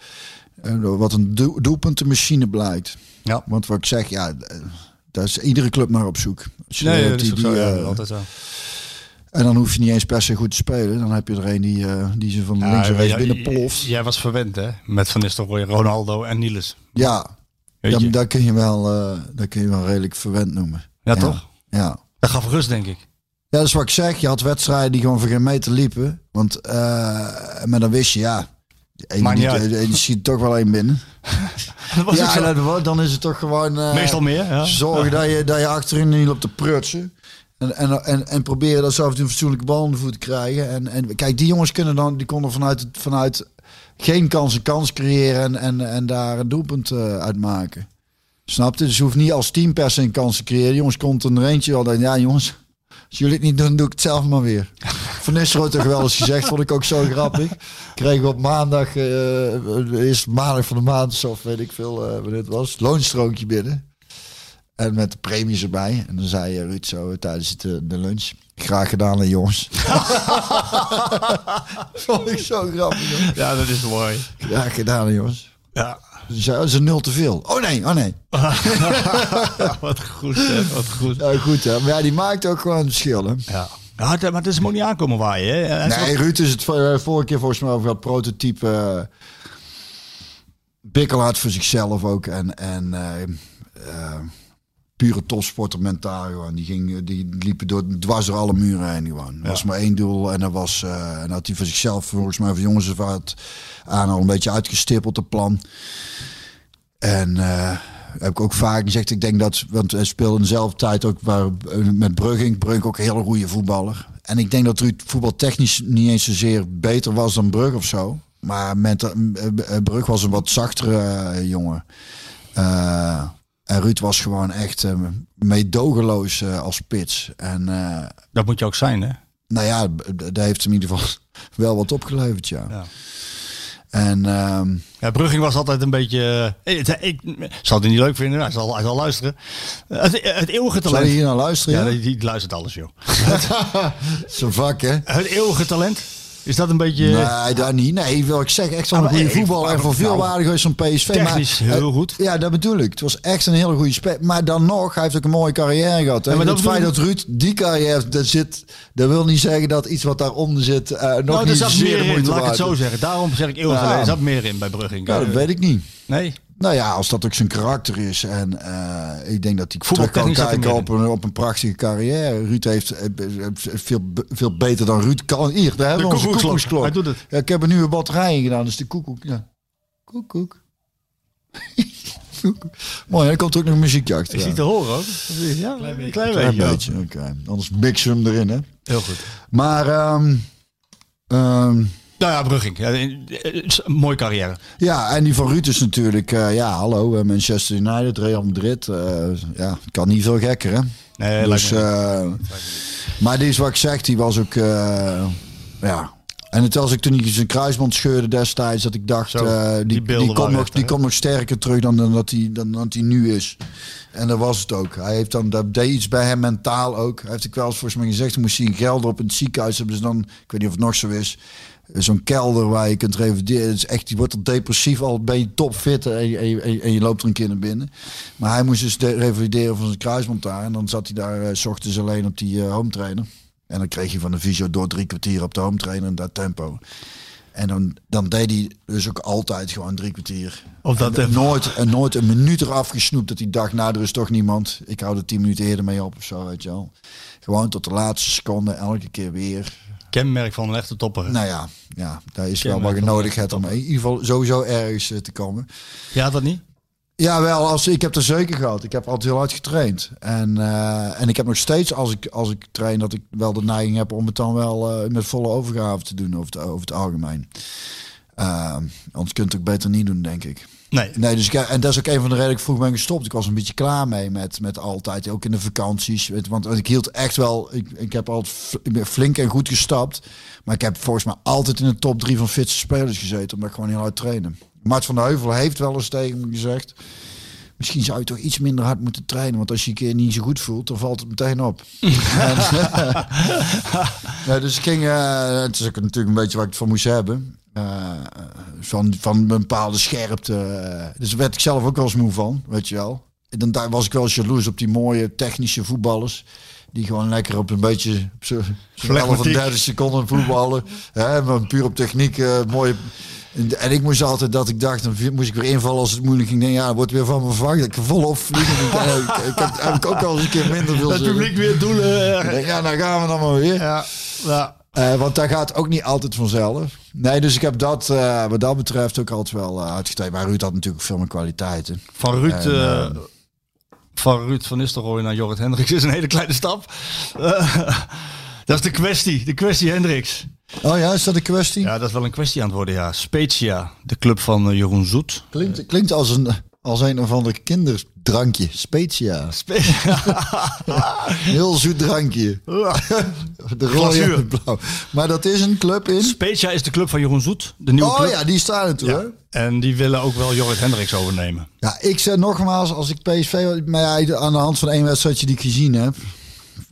wat een doelpuntenmachine blijkt. Ja. Want wat ik zeg, daar is iedere club naar op zoek. Dat is altijd zo. En dan hoef je niet eens per se goed te spelen. Dan heb je er een die ze van links en rechts binnen ploft. Jij was verwend, hè? Met Van Nistelrooy, Ronaldo en Niels. Ja, daar kun je wel redelijk verwend noemen. Ja, toch? Ja. Dat gaf rust, denk ik. Ja, dat is wat ik zeg. Je had wedstrijden die gewoon voor geen meter liepen. Maar dan wist je, die schiet toch wel één binnen. Dan is het toch gewoon... meestal meer, ja. Zorgen dat je achterin niet loopt te prutsen. En proberen dat ze af en toe een fatsoenlijke bal in de voet te krijgen. En kijk, die jongens konden vanuit geen kans creëren en daar een doelpunt uit maken. Snap je? Dus je hoeft niet als team per se een kans te creëren. Jongens komt er eentje al. Ja, jongens, als jullie het niet doen, doe ik het zelf maar weer. Van Nistelrooy toch wel eens gezegd, vond ik ook zo grappig. Kregen we op maandag, eerst maandag van de maand, of weet ik veel wanneer het was, loonstroontje binnen. En met de premies erbij. En dan zei Ruud zo tijdens de lunch, graag gedaan hè jongens. Vond ik zo grappig. Hoor. Ja, dat is mooi. Graag gedaan hè jongens. Ja. Die zei, dat is een 0 te veel. Oh nee. Wat goed, hè? Wat goed. Ja, goed, hè. Maar ja, die maakt ook gewoon het verschil, hè. Ja. Ja, maar het is hem ook niet aankomen waaien, hè? Nee, Ruud is het vorige keer volgens mij over dat prototype bikkelhard voor zichzelf ook. En pure topsporter mentaal gewoon. Die liepen dwars door alle muren heen gewoon. Er was maar één doel en dat was en had hij voor zichzelf volgens mij van jongens aan al een beetje uitgestippeld het plan. En heb ik ook vaak gezegd, ik denk dat, want hij speelde in dezelfde tijd ook met Brugging. Brugging ook een hele goede voetballer. En ik denk dat Ruud voetbaltechnisch niet eens zozeer beter was dan Brugge of zo. Maar Brugge was een wat zachtere jongen. En Ruud was gewoon echt meedogenloos als spits. En, dat moet je ook zijn, hè? Nou ja, dat heeft hem in ieder geval wel wat opgeleverd, ja. En Brugging was altijd een beetje... ik zal het niet leuk vinden, hij zal luisteren. Het eeuwige talent. Zal je hier naar luisteren? Ja, die luistert alles, joh. Zijn vak, hè? Het eeuwige talent. Is dat een beetje... Nee, daar niet. Nee, wil ik zeggen. Echt zo'n goede voetbal. En van veel waardig is zo'n PSV. Technisch heel goed. Ja, dat bedoel ik. Het was echt een hele goede speler. Maar dan nog, hij heeft ook een mooie carrière gehad. Hè? Ja, maar het feit dat Ruud die carrière heeft, dat wil niet zeggen dat iets wat daaronder zit nog niet zeer de moeite waard. Laat ik het zo zeggen. Daarom zeg ik eeuwig talent. Er zat meer in bij Brugging. Ja, dat weet ik niet. Nee? Nou ja, als dat ook zijn karakter is. En ik denk dat hij terug kan kijken op een prachtige carrière. Ruud heeft veel beter dan Ruud kan. Hier, daar hebben we onze koekoeksklok. Hij doet het. Ja, ik heb er nu een batterij in gedaan, dus de koekoek. Ja. Koekoek. Mooi, er komt ook nog een muziekje achter. Is die te horen ook? Ja, klein beetje. Okay. Anders mixen we hem erin, hè. Heel goed. Maar... Nou ja, Brugging. Ja, mooie carrière. Ja, en die van Ruud is natuurlijk... hallo, Manchester United, Real Madrid. Kan niet veel gekker, hè? Nee, dus, maar die is wat ik zeg, die was ook... En het was ik toen hij zijn kruisband scheurde destijds... dat ik dacht, die komt nog sterker terug dan dat hij nu is. En dat was het ook. Hij heeft dat deed iets bij hem mentaal ook. Hij heeft ook wel eens volgens mij gezegd... moest hij een gelder op in het ziekenhuis hebben. Dus dan, ik weet niet of het nog zo is... Zo'n kelder waar je kunt revalideren. Het is echt, die wordt er depressief, al ben je topfit en je loopt er een keer naar binnen. Maar hij moest dus revalideren van zijn kruisband daar. En dan zat hij daar 's ochtends alleen op die home trainer. En dan kreeg hij van de fysio door 3 kwartier op de home trainer in dat tempo. En dan deed hij dus ook altijd gewoon 3 kwartier. Nooit een minuut eraf gesnoept dat hij dacht, nou er is toch niemand. Ik hou er 10 minuten eerder mee op of zo, weet je wel. Gewoon tot de laatste seconde, elke keer weer. Kenmerk van een echte topper. Nou ja, daar is wel wat je nodig hebt om in ieder geval sowieso ergens te komen. Ja, dat niet? Ja, wel. Ik heb er zeker gehad. Ik heb altijd heel hard getraind. En ik heb nog steeds, als ik train, dat ik wel de neiging heb om het dan wel met volle overgave te doen over het algemeen. Anders kunt het ook beter niet doen, denk ik. Nee, dus en dat is ook een van de redenen dat ik vroeg ben gestopt. Ik was een beetje klaar mee met altijd, ook in de vakanties. Want ik hield echt wel, ik heb altijd flink en goed gestapt. Maar ik heb volgens mij altijd in de top 3 van fitste spelers gezeten. Omdat ik gewoon heel hard trainen. Mart van der Heuvel heeft wel eens tegen me gezegd... Misschien zou je toch iets minder hard moeten trainen. Want als je een keer niet zo goed voelt, dan valt het meteen op. Dus ik ging... het is ook natuurlijk een beetje waar ik het van moest hebben. Van een bepaalde scherpte. Dus daar werd ik zelf ook wel eens moe van, weet je wel. Dan was ik wel eens jaloers op die mooie technische voetballers. Die gewoon lekker op een beetje... zo'n 11 of 30 seconden voetballen. Maar puur op techniek, mooie... En ik moest altijd dat ik dacht, dan moest ik weer invallen als het moeilijk ging. Ja, wordt weer van me verwacht. Ik volop vliegen. Ik heb ook al eens een keer minder veel zin. Het publiek weer doelen. Ja, dan gaan we dan maar weer. Ja. Want dat gaat ook niet altijd vanzelf. Nee, dus ik heb dat wat dat betreft ook altijd wel uitgetreden. Maar Ruud had natuurlijk veel meer kwaliteiten. Van Ruud van Nistelrooy naar Jorrit Hendricks is een hele kleine stap. Dat is de kwestie Hendricks. Oh ja, is dat een kwestie? Ja, dat is wel een kwestie aan het worden, ja. Spezia, de club van Jeroen Zoet. Klinkt als een of ander kinderdrankje. Spezia. Heel zoet drankje. De rode en blauw. Maar dat is een club in... Spezia is de club van Jeroen Zoet, de nieuwe club. Oh ja, die staan er toe, hè? En die willen ook wel Jorrit Hendricks overnemen. Ja, ik zeg nogmaals, als ik PSV... Maar ja, aan de hand van één wedstrijdje die ik gezien heb...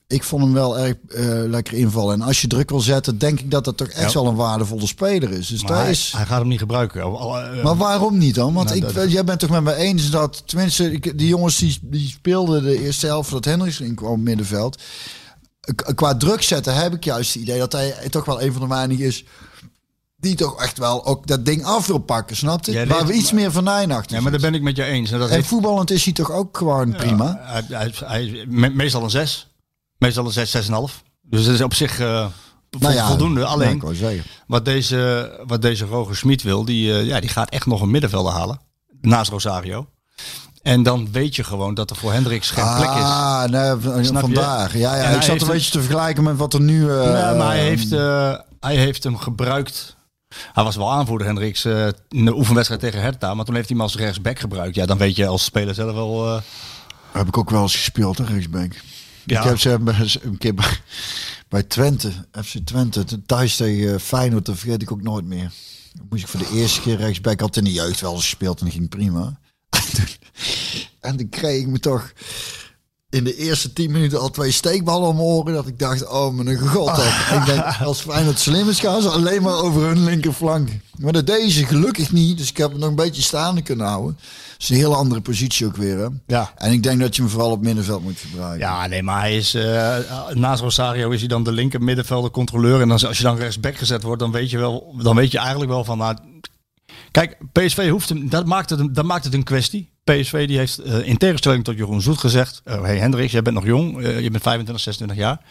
ik vond hem wel erg lekker invallen. En als je druk wil zetten, denk ik dat dat toch echt wel een waardevolle speler is. Dus hij gaat hem niet gebruiken. Maar waarom niet dan? Want jij bent toch met me eens dat, tenminste, die jongens die speelden de eerste helft dat Hendricks in kwam middenveld. Qua druk zetten heb ik juist het idee dat hij toch wel een van de weinigen is die toch echt wel ook dat ding af wil pakken, snap je? Waar we iets meer van achter. Ja, maar daar ben ik met je eens. En voetballend is hij toch ook gewoon prima? Hij meestal een 6. Meestal een 6, 6,5. Dus dat is op zich voldoende. Alleen, wat deze Roger Schmid wil, die gaat echt nog een middenvelder halen. Naast Rosario. En dan weet je gewoon dat er voor Hendricks geen plek is. Nee, vandaag. Ja, ik zat een beetje te vergelijken met wat er nu... maar hij heeft hem gebruikt. Hij was wel aanvoerder, Hendricks, in de oefenwedstrijd tegen Hertha. Maar toen heeft hij hem als rechtsback gebruikt. Ja, dan weet je als speler zelf wel... Heb ik ook wel eens gespeeld, hè, rechtsback. Ja. Ik heb ze een keer bij Twente, FC Twente, thuis tegen Feyenoord, dat vergeet ik ook nooit meer. Dan moest ik voor de eerste keer rechtsback, had in de jeugd wel eens gespeeld en dat ging prima. En toen kreeg ik me toch in de eerste 10 minuten al 2 steekballen om mijn oren, dat ik dacht, oh mijn god. Ik denk, als Feyenoord slim is, gaan ze alleen maar over hun linkerflank. Maar dat deed ze gelukkig niet, dus ik heb hem nog een beetje staande kunnen houden. Dat is een heel andere positie ook weer. Hè? Ja. En ik denk dat je hem vooral op middenveld moet gebruiken. Ja, nee, maar hij is naast Rosario is hij dan de linker middenvelder controleur. En dan, als je dan rechtsback gezet wordt, dan weet je eigenlijk wel van... Nou, kijk, PSV hoeft hem, dat maakt het een kwestie. PSV die heeft in tegenstelling tot Jeroen Zoet gezegd... hey Hendricks, jij bent nog jong, je bent 25, 26 jaar.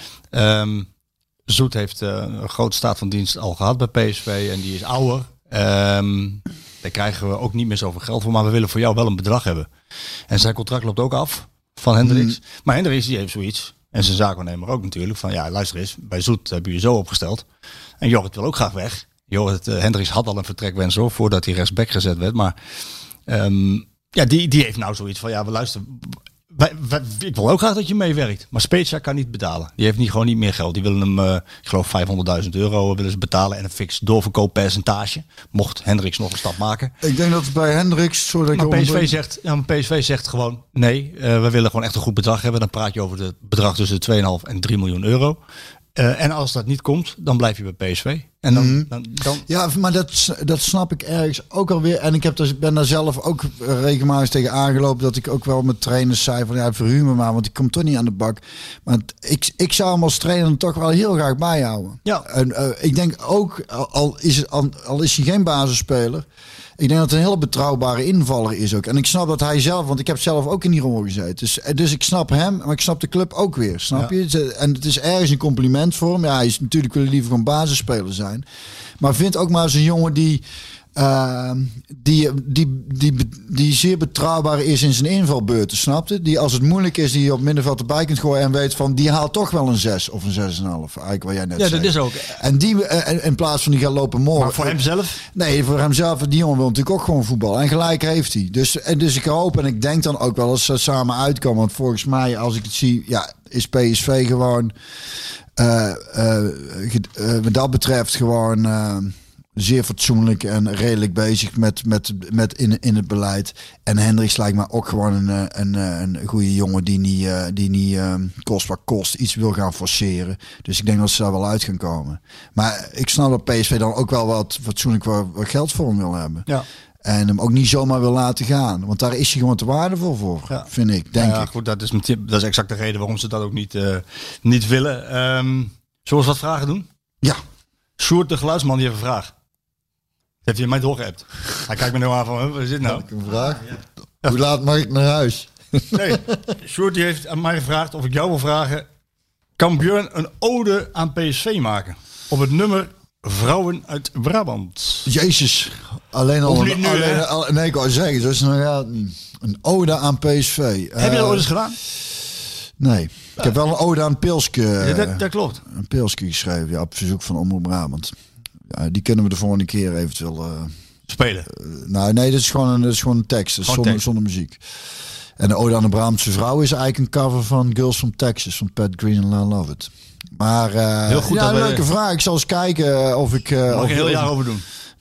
Zoet heeft een grote staat van dienst al gehad bij PSV en die is ouder. Daar krijgen we ook niet meer zoveel geld voor, maar we willen voor jou wel een bedrag hebben. En zijn contract loopt ook af van Hendricks. Maar Hendricks die heeft zoiets, en zijn zaakwaarnemer ook natuurlijk, van ja, luister eens, bij Zoet heb je je zo opgesteld. En Jorrit wil ook graag weg. Hendricks had al een vertrekwens hoor, voordat hij rechtsback gezet werd. Maar die heeft nou zoiets van, ja, we luisteren... Ik wil ook graag dat je meewerkt. Maar Spezia kan niet betalen. Die heeft gewoon niet meer geld. Die willen hem, ik geloof €500.000 willen ze betalen. En een fix doorverkooppercentage. Mocht Hendricks nog een stap maken. Ik denk dat bij Hendricks... Maar PSV zegt gewoon... Nee, we willen gewoon echt een goed bedrag hebben. Dan praat je over het bedrag tussen de 2,5 en 3 miljoen euro. En als dat niet komt, dan blijf je bij PSV. En dan... Ja, maar dat snap ik ergens ook alweer. En ik ben daar zelf ook regelmatig tegen aangelopen. Dat ik ook wel met trainers zei van ja, verhuur me maar. Want ik kom toch niet aan de bak. Maar ik zou hem als trainer toch wel heel graag bijhouden. Ja. En ik denk ook, al is hij geen basisspeler... Ik denk dat het een hele betrouwbare invaller is ook. En ik snap dat hij zelf, want ik heb zelf ook in die rol gezeten. Dus ik snap hem, maar ik snap de club ook weer. Snap je? En het is ergens een compliment voor hem. Ja, hij is natuurlijk wil liever gewoon basisspeler zijn. Maar vind ook maar eens een jongen die zeer betrouwbaar is in zijn invalbeurten, snapte? Die als het moeilijk is, die je op middenveld erbij kunt gooien en weet van, die haalt toch wel een 6 of een 6,5. Eigenlijk wat jij net zei. Ja, dat is ook. En die, in plaats van die gaat lopen morgen. Maar voor hemzelf? Nee, voor hemzelf. Die jongen wil natuurlijk ook gewoon voetbal. En gelijk heeft hij. Dus ik hoop en ik denk dan ook wel als ze samen uitkomen. Want volgens mij, als ik het zie, ja, is PSV gewoon wat dat betreft gewoon... zeer fatsoenlijk en redelijk bezig met in het beleid. En Hendricks lijkt me ook gewoon een goede jongen die niet kost wat kost iets wil gaan forceren. Dus ik denk dat ze daar wel uit gaan komen. Maar ik snap dat PSV dan ook wel wat fatsoenlijk wat geld voor hem wil hebben. Ja. En hem ook niet zomaar wil laten gaan. Want daar is hij gewoon te waardevol voor, vind ik. Denk ik. Goed, dat is exact de reden waarom ze dat ook niet willen. Zullen we wat vragen doen? Ja. Sjoerd de geluidsman, die heeft een vraag. Heeft hij mij doorgeappt? Hij kijkt me nu aan van, wat is dit nou? Heb ik een vraag? Ja. Hoe laat mag ik naar huis? Nee, Sjoerd die heeft aan mij gevraagd of ik jou wil vragen. Kan Björn een ode aan PSV maken? Op het nummer Vrouwen uit Brabant. Jezus. Alleen al... Niet nu, nee, ik wou zeggen, dat is nog een ode aan PSV. Heb je dat ooit eens gedaan? Nee. Ik heb wel een ode aan Pilske. Ja, dat klopt. Een Pilske geschreven, ja, op verzoek van Omroep Brabant. Ja, die kunnen we de volgende keer eventueel spelen. Nee, dat is gewoon een tekst. Dat is zonder muziek. En de ode aan de Brabantse vrouw is eigenlijk een cover van Girls from Texas van Pat Green en I Love It. Maar heel goed. Ja, een leuke vraag. Ik zal eens kijken of ik. Mag ik een heel jaar over doen?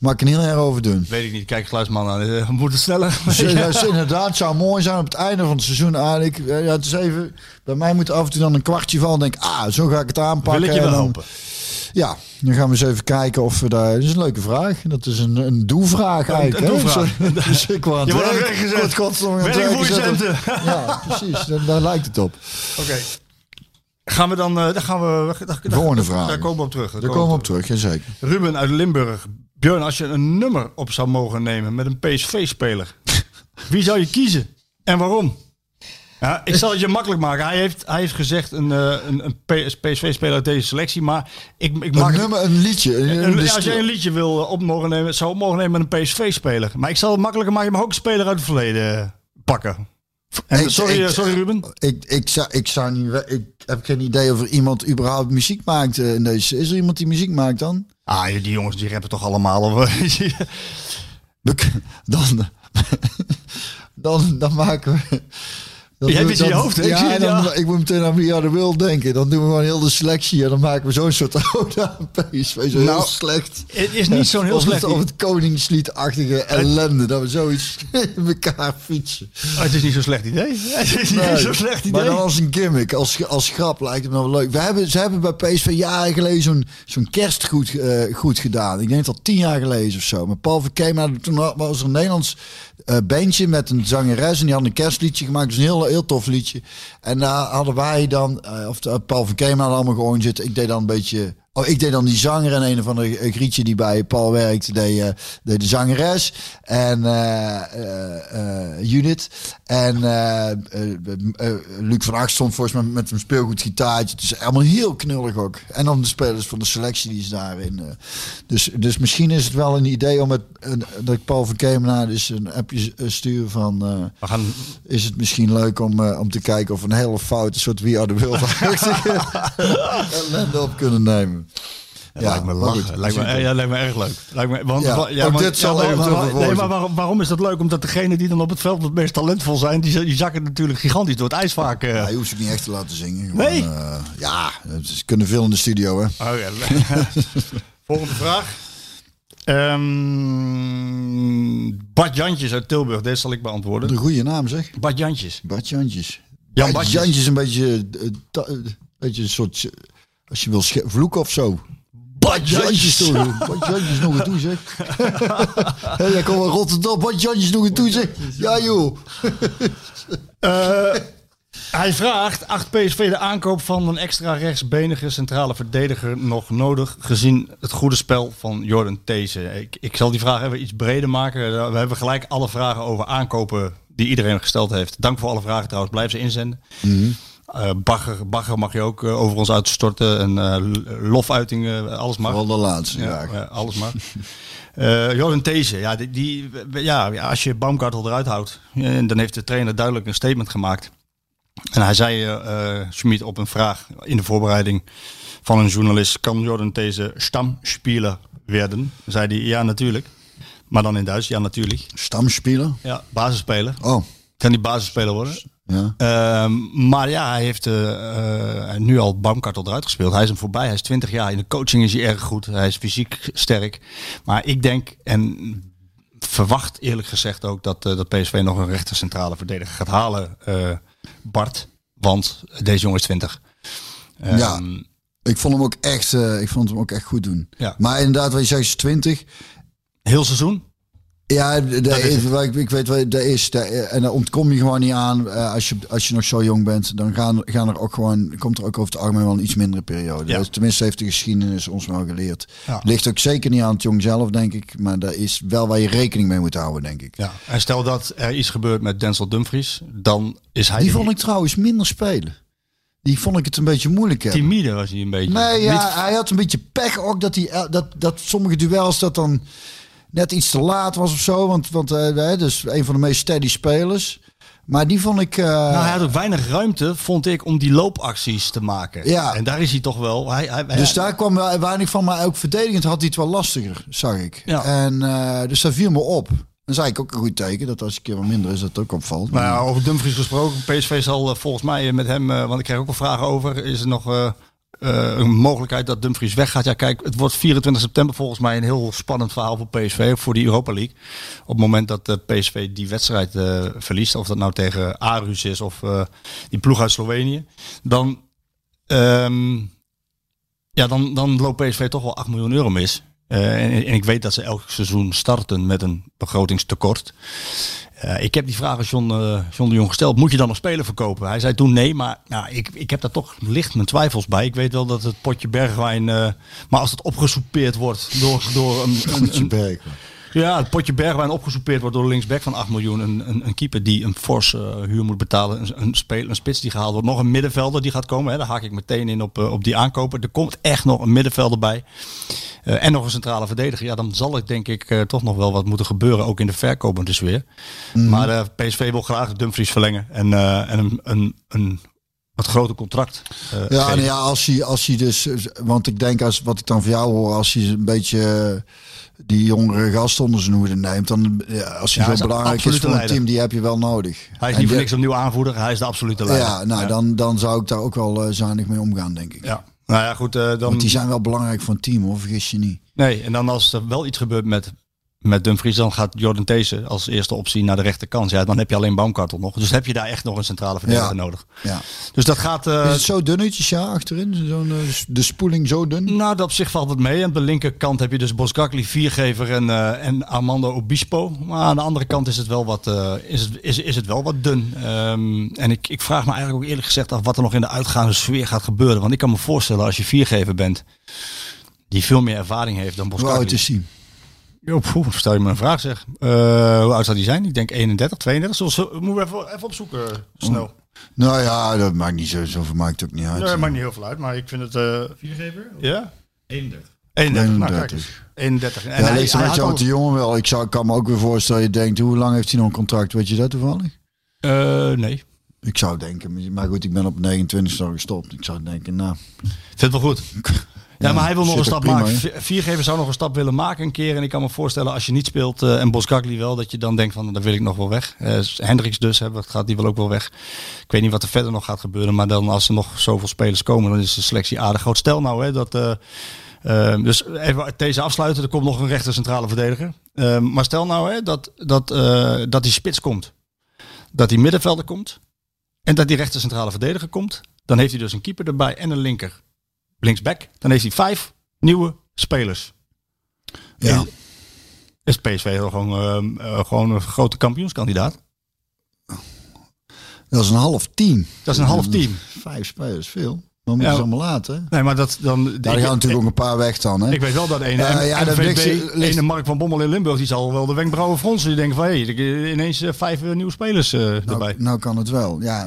Mag ik er heel erg over doen? Weet ik niet. Kijk, Sluisman aan. Moet het sneller? Inderdaad, zou mooi zijn op het einde van het seizoen eigenlijk. Ja, het is even, bij mij moet af en toe dan een kwartje vallen. En denk zo ga ik het aanpakken. Wil ik je wel helpen? Ja, dan gaan we eens even kijken of we daar... Dat is een leuke vraag. Dat is een doe-vraag eigenlijk. Een doe-vraag. Dus ik word je wordt ook weggezet. Werk voor je centen. Ja, precies. Daar lijkt het op. Oké. Gaan we dan... Volgende vraag. Daar komen we op terug. Daar komen we op terug, jazeker. Ruben uit Limburg. Björn, als je een nummer op zou mogen nemen met een PSV-speler, wie zou je kiezen en waarom? Ja, ik zal het je makkelijk maken. Hij heeft gezegd een PSV-speler uit deze selectie, maar ik maak een liedje. Als je een liedje wil zou op mogen nemen met een PSV-speler. Maar ik zal het makkelijker maken. Je mag ook een speler uit het verleden pakken. Sorry Ruben. Ik heb geen idee of er iemand überhaupt muziek maakt in deze. Is er iemand die muziek maakt dan? Die jongens die rappen toch allemaal. Dan maken we... Je hebt iets in je hoofd. Ik moet meteen aan We Are The World denken. Dan doen we gewoon heel de selectie en dan maken we zo'n soort ode aan PSV. Zo heel slecht. Het is niet zo'n heel slecht. Of het Koningslied-achtige ellende. Dat we zoiets in elkaar fietsen. Het is niet zo'n slecht idee. Maar dan als een gimmick, als grap lijkt het me wel leuk. Ze hebben bij PSV jaren geleden zo'n kerstgoed goed gedaan. Ik denk dat 10 jaar geleden of zo. Met Paul Verkeem, toen was er een Nederlands bandje met een zangeres. En die had een kerstliedje gemaakt. Dus een heel tof liedje. En daar hadden wij dan, Paul van Keeman had allemaal georganiseerd. Ik deed dan een beetje... ik deed dan die zanger en een van de Grietje die bij Paul werkte, deed de zangeres. En Judith. En Luc van Acht stond volgens mij met een speelgoedgitaartje. Het is allemaal heel knullig ook. En dan de spelers van de selectie die is daarin. Dus misschien is het wel een idee om dat ik Paul van Keeman dus een appje stuur van... Is het misschien leuk om te kijken of een hele foute soort We Are The World ellende op kunnen nemen. Lijkt me lachen. Lijkt me erg leuk. Waarom is dat leuk? Omdat degene die dan op het veld het meest talentvol zijn, die zakken natuurlijk gigantisch door het ijs vaak. Je hoeft ze niet echt te laten zingen. Gewoon, nee? Ze kunnen veel in de studio, hè. Volgende vraag. Bart Jantjes uit Tilburg. Deze zal ik beantwoorden. Een goede naam, zeg. Bart Jantjes. Jan Jantjes een beetje een soort... Als je wil vloeken of zo. Bart Jantjes toch. Bart Jantjes nog een toe, zeg. Jij komt uit Rotterdam. Bart Jantjes nog een toe, zeg. Ja, joh. Hij vraagt, acht PSV de aankoop van een extra rechtsbenige centrale verdediger nog nodig, gezien het goede spel van Jordan These? Ik zal die vraag even iets breder maken. We hebben gelijk alle vragen over aankopen die iedereen gesteld heeft. Dank voor alle vragen trouwens. Blijf ze inzenden. Mm-hmm. Bagger mag je ook over ons uitstorten. En lofuitingen, alles mag. Vooral de laatste. Ja, alles mag. Jordan These, als je Baumgartel eruit houdt, dan heeft de trainer duidelijk een statement gemaakt. En hij zei, Schmid, op een vraag in de voorbereiding van een journalist, kan Jordan These stamspeler werden? Zei hij, ja natuurlijk. Maar dan in Duits, ja natuurlijk. Stamspeler? Ja, basisspeler. Oh. Kan die basisspeler worden? Ja. Maar ja, hij heeft nu al Baumgartel eruit gespeeld. Hij is hem voorbij, hij is 20 jaar. In de coaching is hij erg goed. Hij is fysiek sterk. Maar ik denk, en verwacht eerlijk gezegd ook, dat PSV nog een rechter centrale verdediger gaat halen. Bart, want deze jongen is 20. Ik vond hem ook echt goed doen. Ja. Maar inderdaad, wat je zegt, is 20. Heel seizoen? Ja, ik weet wat dat is. En daar ontkom je gewoon niet aan. Als je nog zo jong bent, dan komt er ook over het algemeen wel een iets mindere periode. Ja. Dus tenminste heeft de geschiedenis ons wel geleerd. Ja. Ligt ook zeker niet aan het jong zelf, denk ik. Maar dat is wel waar je rekening mee moet houden, denk ik. Ja. En stel dat er iets gebeurt met Denzel Dumfries, dan is hij... Die vond ik trouwens minder spelen. Die vond ik het een beetje moeilijk hebben. Timide was hij een beetje. Nee, hij had een beetje pech ook dat sommige duels dat dan net iets te laat was of zo. Want dus een van de meest steady spelers. Maar die vond ik... hij had ook weinig ruimte, vond ik, om die loopacties te maken. Ja. En daar is hij toch wel... Dus daar kwam weinig van. Maar ook verdedigend had hij het wel lastiger, zag ik. Ja. En dus dat viel me op. Dat is eigenlijk ook een goed teken. Dat als een keer wat minder is, dat ook opvalt. Maar over Dumfries gesproken. PSV zal volgens mij met hem... want ik kreeg ook wel vragen over. Is er nog... een mogelijkheid dat Dumfries weggaat. Ja, kijk, het wordt 24 september volgens mij een heel spannend verhaal voor PSV. Voor die Europa League. Op het moment dat PSV die wedstrijd verliest. Of dat nou tegen Aarhus is of die ploeg uit Slovenië. Dan loopt PSV toch wel 8 miljoen euro mis. En ik weet dat ze elk seizoen starten met een begrotingstekort. Ik heb die vraag aan John de Jong gesteld. Moet je dan nog spelen verkopen? Hij zei toen nee, maar ik heb daar toch licht mijn twijfels bij. Ik weet wel dat het potje Bergwijn... maar als het opgesoupeerd wordt door een ja, het potje Bergwijn opgesoupeerd wordt door de linksback van 8 miljoen. Een keeper die een forse huur moet betalen. Een spits die gehaald wordt. Nog een middenvelder die gaat komen. Hè. Daar haak ik meteen in op die aankopen. Er komt echt nog een middenvelder bij. En nog een centrale verdediger. Ja, dan zal het denk ik toch nog wel wat moeten gebeuren. Ook in de verkopende sfeer. Maar PSV wil graag Dumfries verlengen. En een wat groter contract. Als hij dus... Want ik denk, wat ik dan van jou hoor... Als hij een beetje... die jongere gasten onder zijn hoede neemt, dan als hij zo belangrijk is voor een team, die heb je wel nodig. Hij is niet voor niks een nieuwe aanvoerder, hij is de absolute leider. Ja, dan zou ik daar ook wel zuinig mee omgaan, denk ik. Ja. Nou ja, goed. Want die zijn wel belangrijk voor een team, hoor, vergis je niet. Nee, en dan als er wel iets gebeurt met Dumfries, dan gaat Jordan These als eerste optie naar de rechterkant. Ja, dan heb je alleen Baumgartel nog. Dus heb je daar echt nog een centrale verdediger nodig. Ja. Dus dat gaat... is het zo dunnetjes, achterin? De spoeling zo dun? Nou, dat op zich valt het mee. Aan de linkerkant heb je dus Boskakli, Viergever en Armando Obispo. Maar aan de andere kant is het wel wat, is het wel wat dun. En ik vraag me eigenlijk ook eerlijk gezegd af wat er nog in de uitgaande sfeer gaat gebeuren. Want ik kan me voorstellen als je Viergever bent, die veel meer ervaring heeft dan Boskakli. Hoe oud is hij? Stel je me een vraag, zeg. Hoe oud zou die zijn? Ik denk 31, 32. Moeten we even opzoeken, snel. Nou ja, dat maakt niet zoveel maakt het ook niet uit. Nee, dat maakt niet heel veel uit, maar ik vind het... Viergever? Ja? 31. 31. Nou, kijk eens. 31. En hij leest een beetje uit de jongen wel. Ik kan me ook weer voorstellen, je denkt, hoe lang heeft hij nog een contract? Weet je dat toevallig? Nee. Ik zou denken, maar goed, ik ben op 29 gestopt. Ik zou denken, nou... Vind het wel goed. Ja, maar hij wil nog een stap maken. Viergever zou nog een stap willen maken een keer. En ik kan me voorstellen als je niet speelt en Boskakli wel, dat je dan denkt van, dan wil ik nog wel weg. Hendricks dus, gaat die wel ook wel weg. Ik weet niet wat er verder nog gaat gebeuren. Maar dan als er nog zoveel spelers komen, dan is de selectie aardig groot. Stel nou hè, dat... dus even deze afsluiten. Er komt nog een rechter centrale verdediger. Maar stel nou hè, dat die spits komt. Dat die middenvelder komt. En dat die rechter centrale verdediger komt. Dan heeft hij dus een keeper erbij en een linksback. Dan heeft hij 5 nieuwe spelers. Ja. Is PSV gewoon een grote kampioenskandidaat? Dat is een half team. Dat is een half team. 5 spelers, veel. Maar moeten ze allemaal laten. Hè? Nee, maar daar gaan natuurlijk ook een paar weg dan. Hè? Ik weet wel dat ene Mark van Bommel in Limburg, die zal wel de wenkbrauwen fronsen. Die denken van, ineens 5 nieuwe spelers erbij. Nou kan het wel. Ja,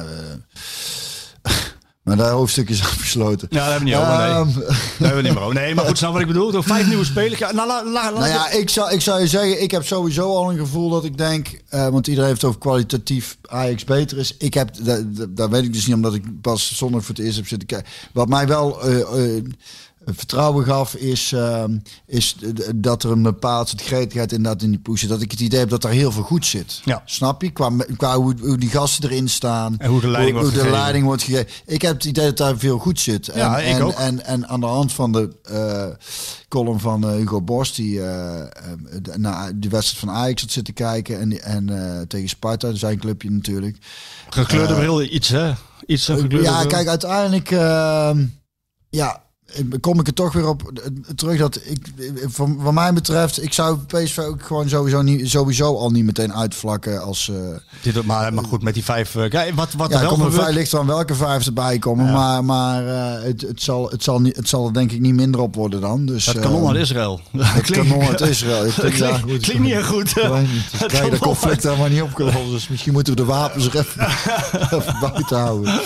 maar dat hoofdstuk is afgesloten. Ja, dat hebben we niet over. Nee. Dat hebben we niet meer over. Nee, maar goed, snap wat ik bedoel. Door 5 nieuwe spelers. Ja, ik zou je zeggen, ik heb sowieso al een gevoel dat ik denk, want iedereen heeft over kwalitatief Ajax beter is. Ik heb, dat weet ik dus niet, omdat ik pas zondag voor het eerst heb zitten kijken. Wat mij wel vertrouwen gaf is dat er een bepaald soort gretigheid inderdaad in die ploeg zit. Dat ik het idee heb dat er heel veel goed zit. Ja. Snap je? Qua hoe die gasten erin staan. En hoe de leiding wordt gegeven. Ik heb het idee dat daar veel goed zit. Ik ook. En aan de hand van de column van Hugo Borst, die naar die wedstrijd van Ajax had zitten kijken en tegen Sparta, zijn clubje natuurlijk. Gekleurde bril, iets hè? Iets gekleurde bril. Kijk, uiteindelijk kom ik er toch weer op terug dat ik, wat mij betreft, ik zou PSV ook gewoon sowieso al niet meteen uitvlakken als. Maar goed, met die 5. Wat er wel gebeurt. Vrij ligt aan welke 5 erbij komen, ja. maar het zal er denk ik niet minder op worden dan. Dus, het kanon uit Israël. Het kanon uit Israël. Klinkt niet heel goed. Ik krijg de conflict helemaal niet opgelost. Dus misschien moeten we de wapens er even buiten houden.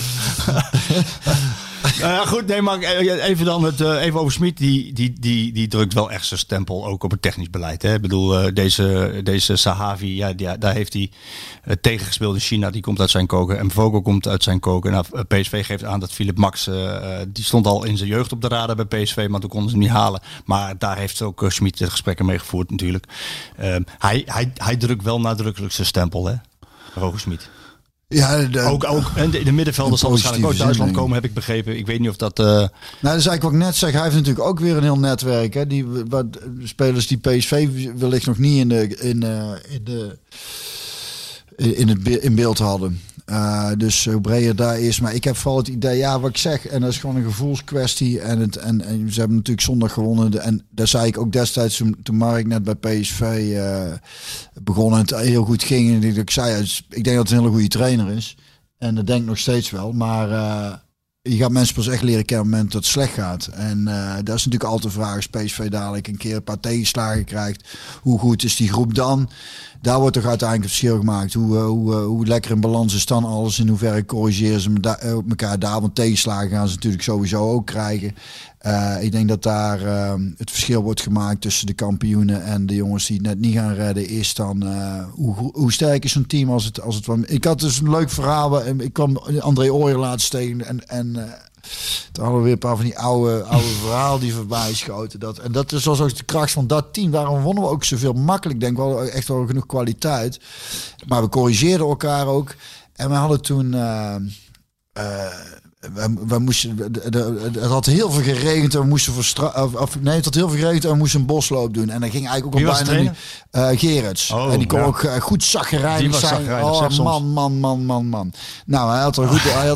Goed, nee, maar even over Smit. Die drukt wel echt zijn stempel ook op het technisch beleid. Hè? Ik bedoel, deze Sahavi, daar heeft hij tegengespeeld in China. Die komt uit zijn koken. En Vogel komt uit zijn koken. Nou, PSV geeft aan dat Philip Max, die stond al in zijn jeugd op de radar bij PSV, maar toen konden ze hem niet halen. Maar daar heeft ook Smit de gesprekken mee gevoerd natuurlijk. Hij drukt wel nadrukkelijk zijn stempel, hè? Roger Smit. Ja, ook en de middenvelders zal waarschijnlijk ook Duitsland komen, heb ik begrepen. Ik weet niet of dat... Nou, dat is eigenlijk wat ik net zeg. Hij heeft natuurlijk ook weer een heel netwerk. Hè? Wat spelers die PSV wellicht nog niet in beeld hadden. Dus hoe breder daar is. Maar ik heb vooral het idee, wat ik zeg. En dat is gewoon een gevoelskwestie. En ze hebben natuurlijk zondag gewonnen. En daar zei ik ook destijds toen Mark net bij PSV begon en het heel goed ging. En ik zei, ik denk dat het een hele goede trainer is. En dat denk ik nog steeds wel. Maar je gaat mensen pas echt leren kennen op het moment dat het slecht gaat. En dat is natuurlijk altijd de vraag. Als PSV dadelijk een keer een paar tegenslagen krijgt. Hoe goed is die groep dan? Daar wordt toch uiteindelijk het verschil gemaakt. Hoe lekker in balans is dan alles. In hoeverre corrigeren ze elkaar daar. Want tegenslagen gaan ze natuurlijk sowieso ook krijgen. Ik denk dat daar het verschil wordt gemaakt tussen de kampioenen en de jongens die het net niet gaan redden. Is dan hoe sterk is zo'n team als het ik had dus een leuk verhaal. Ik kwam André Ooyer laatst tegen en toen hadden we weer een paar van die oude verhalen die voorbij schoten. En dat is ook de kracht van dat team. Daarom wonnen we ook zoveel makkelijk. Ik denk wel echt wel genoeg kwaliteit. Maar we corrigeerden elkaar ook. En we hadden toen... we moesten, het had heel veel geregend en we moesten het had heel veel geregend en we moesten een bosloop doen. En dat ging eigenlijk ook al bijna niet. Gerrits. En die kon ook goed zaggerijnig zijn. Man. Nou, hij had er goed. Hij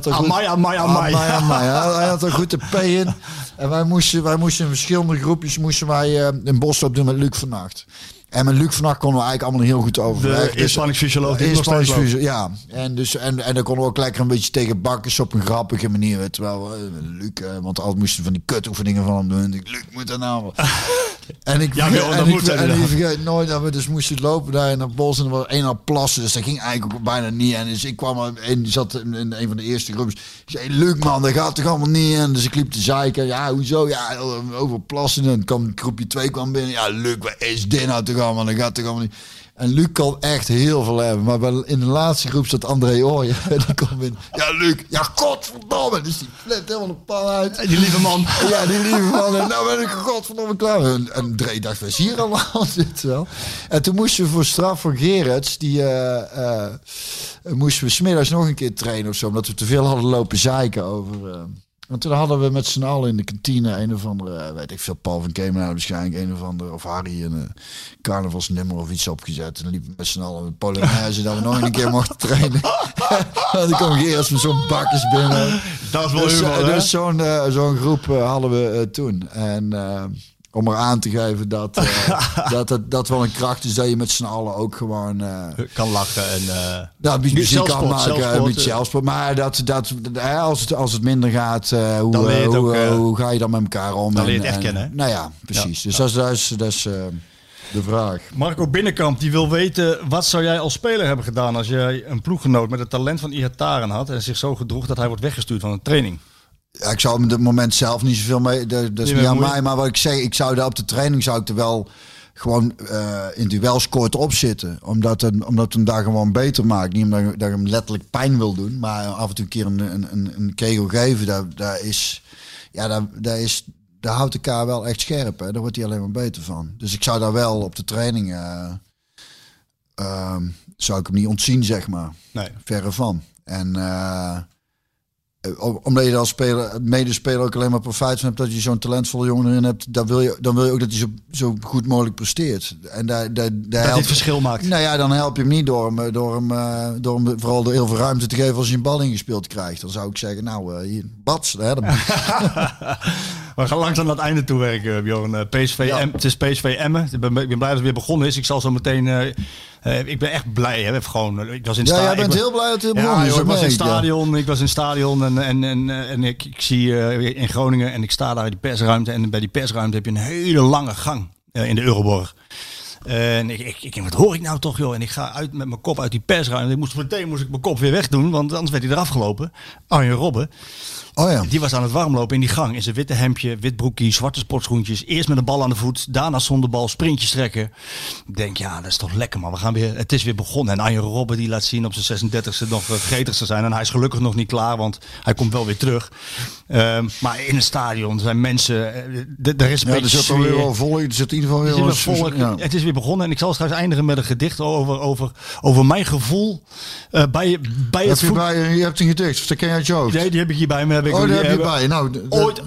had er goed de P in. En wij moesten in verschillende groepjes een bosloop doen met Luc van Acht. En met Luc vannacht konden we eigenlijk allemaal heel goed overweg. De Hispanisch fysioloog. Ja. En dan konden we ook lekker een beetje tegen bakkers op een grappige manier. Terwijl Luc, want altijd moesten van die kutoefeningen van hem doen. En ik, Luc moet dat nou. En ik vergeet nooit dat we dus moesten lopen daar in het bos. En er was één plassen. Dus dat ging eigenlijk ook bijna niet. En dus ik kwam en zat in een van de eerste groepjes. Ik zei, Luc man, dat gaat toch allemaal niet in. Dus ik liep te zeiken. Ja, hoezo? Ja, over plassen. En dan kwam groepje 2 binnen. Ja, Luc, wat is dit nou toch allemaal? Dat gaat toch allemaal niet. En Luc kan echt heel veel hebben. Maar in de laatste groep zat André Ooyer. En die kwam in. Ja, Luc. Ja, godverdomme. Dus die flipt helemaal de pan uit. Die lieve man. Ja, die lieve man. En nou ben ik godverdomme klaar. En Dre dacht, wat is hier allemaal zit wel. En toen moesten we voor straf van Gerrits. Die moesten we 's middags nog een keer trainen of zo. Omdat we te veel hadden lopen zeiken over... Want toen hadden we met z'n allen in de kantine een of andere, weet ik veel, Paul van Kemenaar waarschijnlijk, een of andere, of Harry, een carnavalsnummer of iets opgezet. En dan liepen we met z'n allen een Polonaise dat we nog een keer mochten trainen. En dan kwam Gerrits met zo'n bakjes binnen. Dat is wel humor, dus zo'n groep hadden we toen. En om er aan te geven dat wel een kracht is dat je met z'n allen ook gewoon kan lachen en muziek kan maken, met zelfsport. Maar als het minder gaat, hoe ga je dan met elkaar om? Dan leer je het echt kennen. Nou ja, precies. Ja. Dus dat is de vraag. Marco Binnenkamp die wil weten, wat zou jij als speler hebben gedaan als jij een ploeggenoot met het talent van Ihataren had en zich zo gedroeg dat hij wordt weggestuurd van een training? Ja, ik zou op het moment zelf niet zoveel mee. Dat is niet aan mij. Maar wat ik zeg, ik zou daar op de training zou ik er wel gewoon in duels kort op zitten. Omdat het hem daar gewoon beter maakt. Niet omdat je hem letterlijk pijn wil doen. Maar af en toe een keer een kegel geven. Daar houdt elkaar wel echt scherp. Hè? Daar wordt hij alleen maar beter van. Dus ik zou daar wel op de training... zou ik hem niet ontzien, zeg maar. Nee. Verre van. En... omdat je als medespeler ook alleen maar profijt van hebt dat je zo'n talentvolle jongen erin hebt, dan wil je ook dat hij zo goed mogelijk presteert. En daar dat dit verschil maakt. Nou ja, dan help je hem niet door hem vooral heel veel ruimte te geven als hij een bal ingespeeld krijgt. Dan zou ik zeggen, nou, hier, bats. We gaan langzaam naar het einde toe werken, Bjorn. Het is PSV Emmen. Ik ben blij dat het weer begonnen is. Ik zal zo meteen... ik ben echt blij. Hè. Ik was in jij bent heel blij dat het begonnen is. Ik was in het stadion en ik zie in Groningen en ik sta daar in die persruimte. En bij die persruimte heb je een hele lange gang in de Euroborg. En ik denk, wat hoor ik nou toch, joh? En ik ga uit met mijn kop uit die persruimte. Meteen moest ik mijn kop weer wegdoen, want anders werd hij eraf gelopen. Arjen Robben. Oh ja. Die was aan het warmlopen in die gang. In zijn witte hemdje, wit broekje, zwarte sportschoentjes. Eerst met een bal aan de voet, daarna zonder bal, sprintjes trekken. Ik denk, ja, dat is toch lekker, man. Het is weer begonnen. En Arjen Robben die laat zien op zijn 36e nog gretig te zijn. En hij is gelukkig nog niet klaar, want hij komt wel weer terug. Maar in het stadion zijn mensen... Er is een beetje er zit alweer wel vol. Er zit in ieder geval weer volk. Ja. Het is weer begonnen en ik zal straks eindigen met een gedicht over mijn gevoel bij het voetbal. Je hebt een gedicht, of dat ken je uit je hoofd? Nee, die heb ik hierbij me. Die heb je bij. Nou,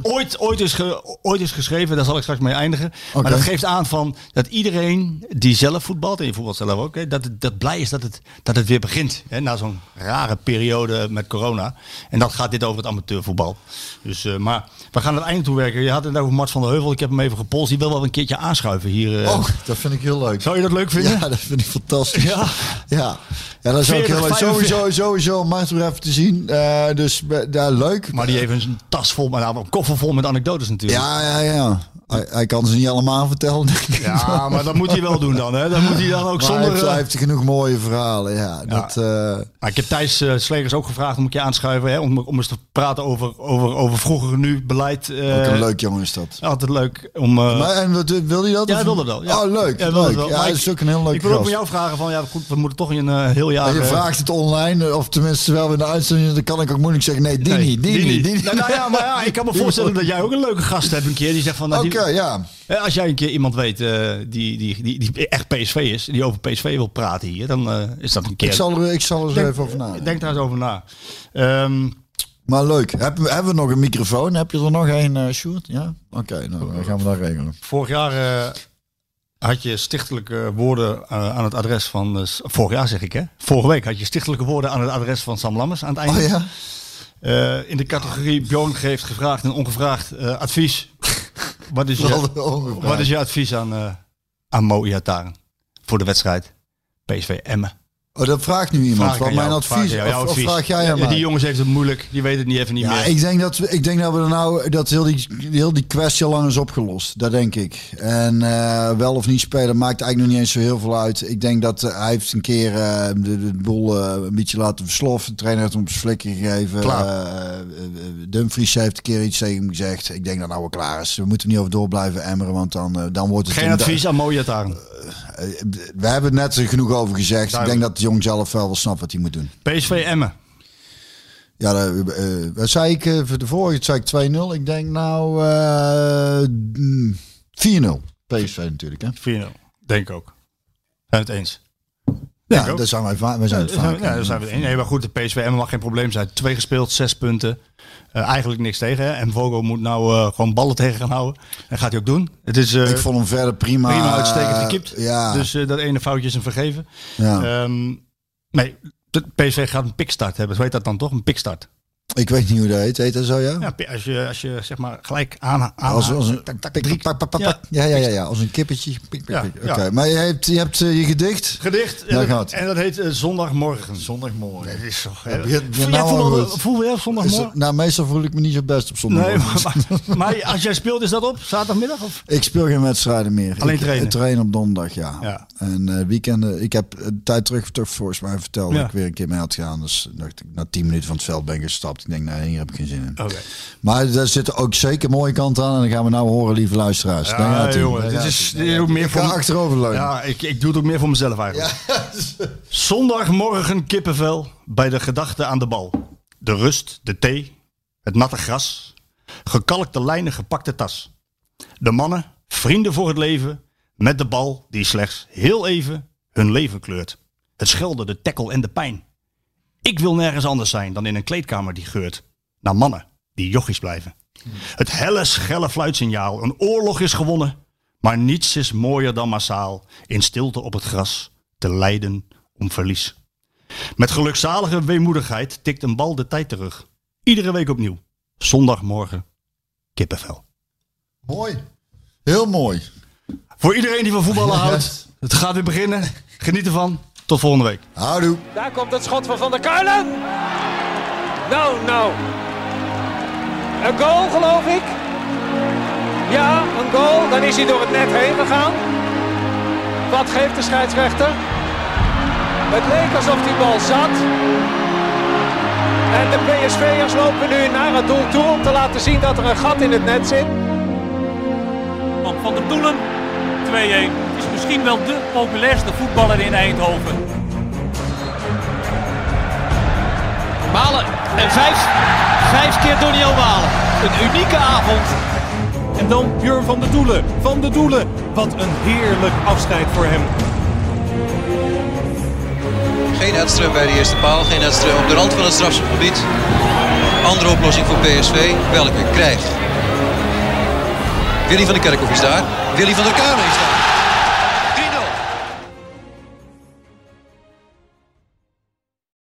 ooit is geschreven, daar zal ik straks mee eindigen. Okay. Maar dat geeft aan van dat iedereen die zelf voetbalt, en je voetbalt zelf ook, dat blij is dat het weer begint. Hè, na zo'n rare periode met corona. En dat gaat dit over het amateurvoetbal. Dus, maar we gaan het einde toe werken. Je had het over Mart van der Heuvel. Ik heb hem even gepolst. Die wil wel een keertje aanschuiven hier. Dat vind ik heel leuk. Zou je dat leuk vinden? Ja, dat vind ik fantastisch. Ja, dat is ook heel leuk. Sowieso Mart weer even te zien. Dus leuk. Maar die heeft een tas vol, een koffer vol met anekdotes natuurlijk. Ja. Hij kan ze niet allemaal vertellen. Ja, maar dat moet hij wel doen dan. Hè? Dat moet hij dan ook zonder... Hij heeft genoeg mooie verhalen. Ik heb Thijs Slegers ook gevraagd om een keer aanschuiven. Hè? Om eens te praten over vroeger nu beleid. Ook een leuk jongen is dat. Altijd leuk om... wil hij dat? Ja, hij wilde wel. Ja. Oh, leuk. Ja, leuk. Ja, dat is ook een heel leuk. Ik wil ook van jou vragen van, we moeten toch in een heel jaar... Je vraagt het online, of tenminste terwijl we in de uitzending, dan kan ik ook moeilijk zeggen, nee, die niet. Maar ik kan me voorstellen dat jij ook een leuke gast hebt een keer. Die zegt van... ja. Als jij een keer iemand weet die echt PSV is, die over PSV wil praten hier, dan is dat een keer... Ik zal er zo even over nadenken. Denk daar eens over na. Maar leuk. Hebben we nog een microfoon? Heb je er nog een, Sjoerd? Ja? Oké, dan gaan we dat regelen. Vorig jaar had je stichtelijke woorden aan het adres van... vorig jaar zeg ik, hè? Vorige week had je stichtelijke woorden aan het adres van Sam Lammers aan het einde. Oh ja? In de categorie Bjorn geeft gevraagd en ongevraagd advies. Wat is je advies aan Mo Ihataren voor de wedstrijd PSV Emmen? Oh, dat vraagt nu iemand. Wat mijn advies? Of vraag jij hem? Die jongens heeft het moeilijk. Die weten het niet even niet meer. Ik denk dat heel die kwestie al lang is opgelost. Dat denk ik. En wel of niet spelen maakt eigenlijk nog niet eens zo heel veel uit. Ik denk dat hij heeft een keer de boel een beetje laten versloffen. De trainer heeft hem op zijn flikker gegeven. Dumfries heeft een keer iets tegen hem gezegd. Ik denk dat nou wel klaar is. We moeten niet over door blijven emmeren, want dan wordt het... Geen advies aan Mo Ihataren. We hebben het net genoeg over gezegd. Duidelijk. Ik denk dat de jong zelf wel snapt wat hij moet doen. PSV Emmen. Ja, dat zei ik voor de vorige. Zei ik 2-0. Ik denk nou 4-0. PSV natuurlijk. Hè? 4-0. Denk ook. Zijn het eens? Ja, daar zijn wij vaak. Daar zijn we het eens. Nee, maar goed, de PSV Emmen mag geen probleem zijn. 2 gespeeld, 6 punten. Eigenlijk niks tegen. Hè? En Vogel moet nou gewoon ballen tegen gaan houden. En gaat hij ook doen. Het is, ik vond hem verder prima uitstekend gekiept. Ja. Dus dat ene foutje is hem vergeven. Ja. Nee, de PSV gaat een pikstart hebben. Zo heet dat dan toch? Een pikstart. Ik weet niet hoe dat heet. Heet dat zo, ja? Ja, als je zeg maar gelijk aan als een ja, als een kippetje. Oké. Maar je hebt je gedicht. En dat heet Zondagmorgen. Zondagmorgen. Dat is toch... Voel je op zondagmorgen? Nou, meestal voel ik me niet zo best op zondagmorgen. Nee, maar als jij speelt, is dat op zaterdagmiddag? Of? Ik speel geen wedstrijden meer. Alleen trainen? Ik train op donderdag, ja. En weekenden, ik heb een tijd terug toch volgens mij verteld dat ik weer een keer mee had gegaan. Dus dacht ik, na 10 minuten van het veld ben ik gestapt. Ik denk, nee, hier heb ik geen zin in. Okay. Maar daar zitten ook zeker mooie kanten aan. En dan gaan we nou horen, lieve luisteraars. Ja, jongen, dit is ook meer voor achteroverleunen. Ja, ik doe het ook meer voor mezelf eigenlijk. Ja. Zondagmorgen kippenvel bij de gedachte aan de bal. De rust, de thee, het natte gras. Gekalkte lijnen, gepakte tas. De mannen, vrienden voor het leven. Met de bal die slechts heel even hun leven kleurt. Het schelden, de tackle en de pijn. Ik wil nergens anders zijn dan in een kleedkamer die geurt naar mannen die jochies blijven. Het helle, schelle fluitsignaal. Een oorlog is gewonnen. Maar niets is mooier dan massaal in stilte op het gras te lijden om verlies. Met gelukzalige weemoedigheid tikt een bal de tijd terug. Iedere week opnieuw. Zondagmorgen kippenvel. Mooi. Heel mooi. Voor iedereen die van voetballen houdt. Het gaat weer beginnen. Geniet ervan. Tot volgende week. Houdoe. Daar komt het schot van Van der Kuilen. Nou. Een goal, geloof ik. Ja, een goal. Dan is hij door het net heen gegaan. Wat geeft de scheidsrechter? Het leek alsof die bal zat. En de PSV'ers lopen nu naar het doel toe om te laten zien dat er een gat in het net zit. Van der Doelen, 2-1. Het is misschien wel de populairste voetballer in Eindhoven. Malen en 5 keer Doniel Malen. Een unieke avond En dan Björn van der Doelen. Van der Doelen. Wat een heerlijk afscheid voor hem. Geen Edström bij de eerste paal. Geen Edström op de rand van het strafschopgebied. Andere oplossing voor PSV. Welke krijgt? Willy van der Kerkhoff is daar. Willy van der Kuilen is daar.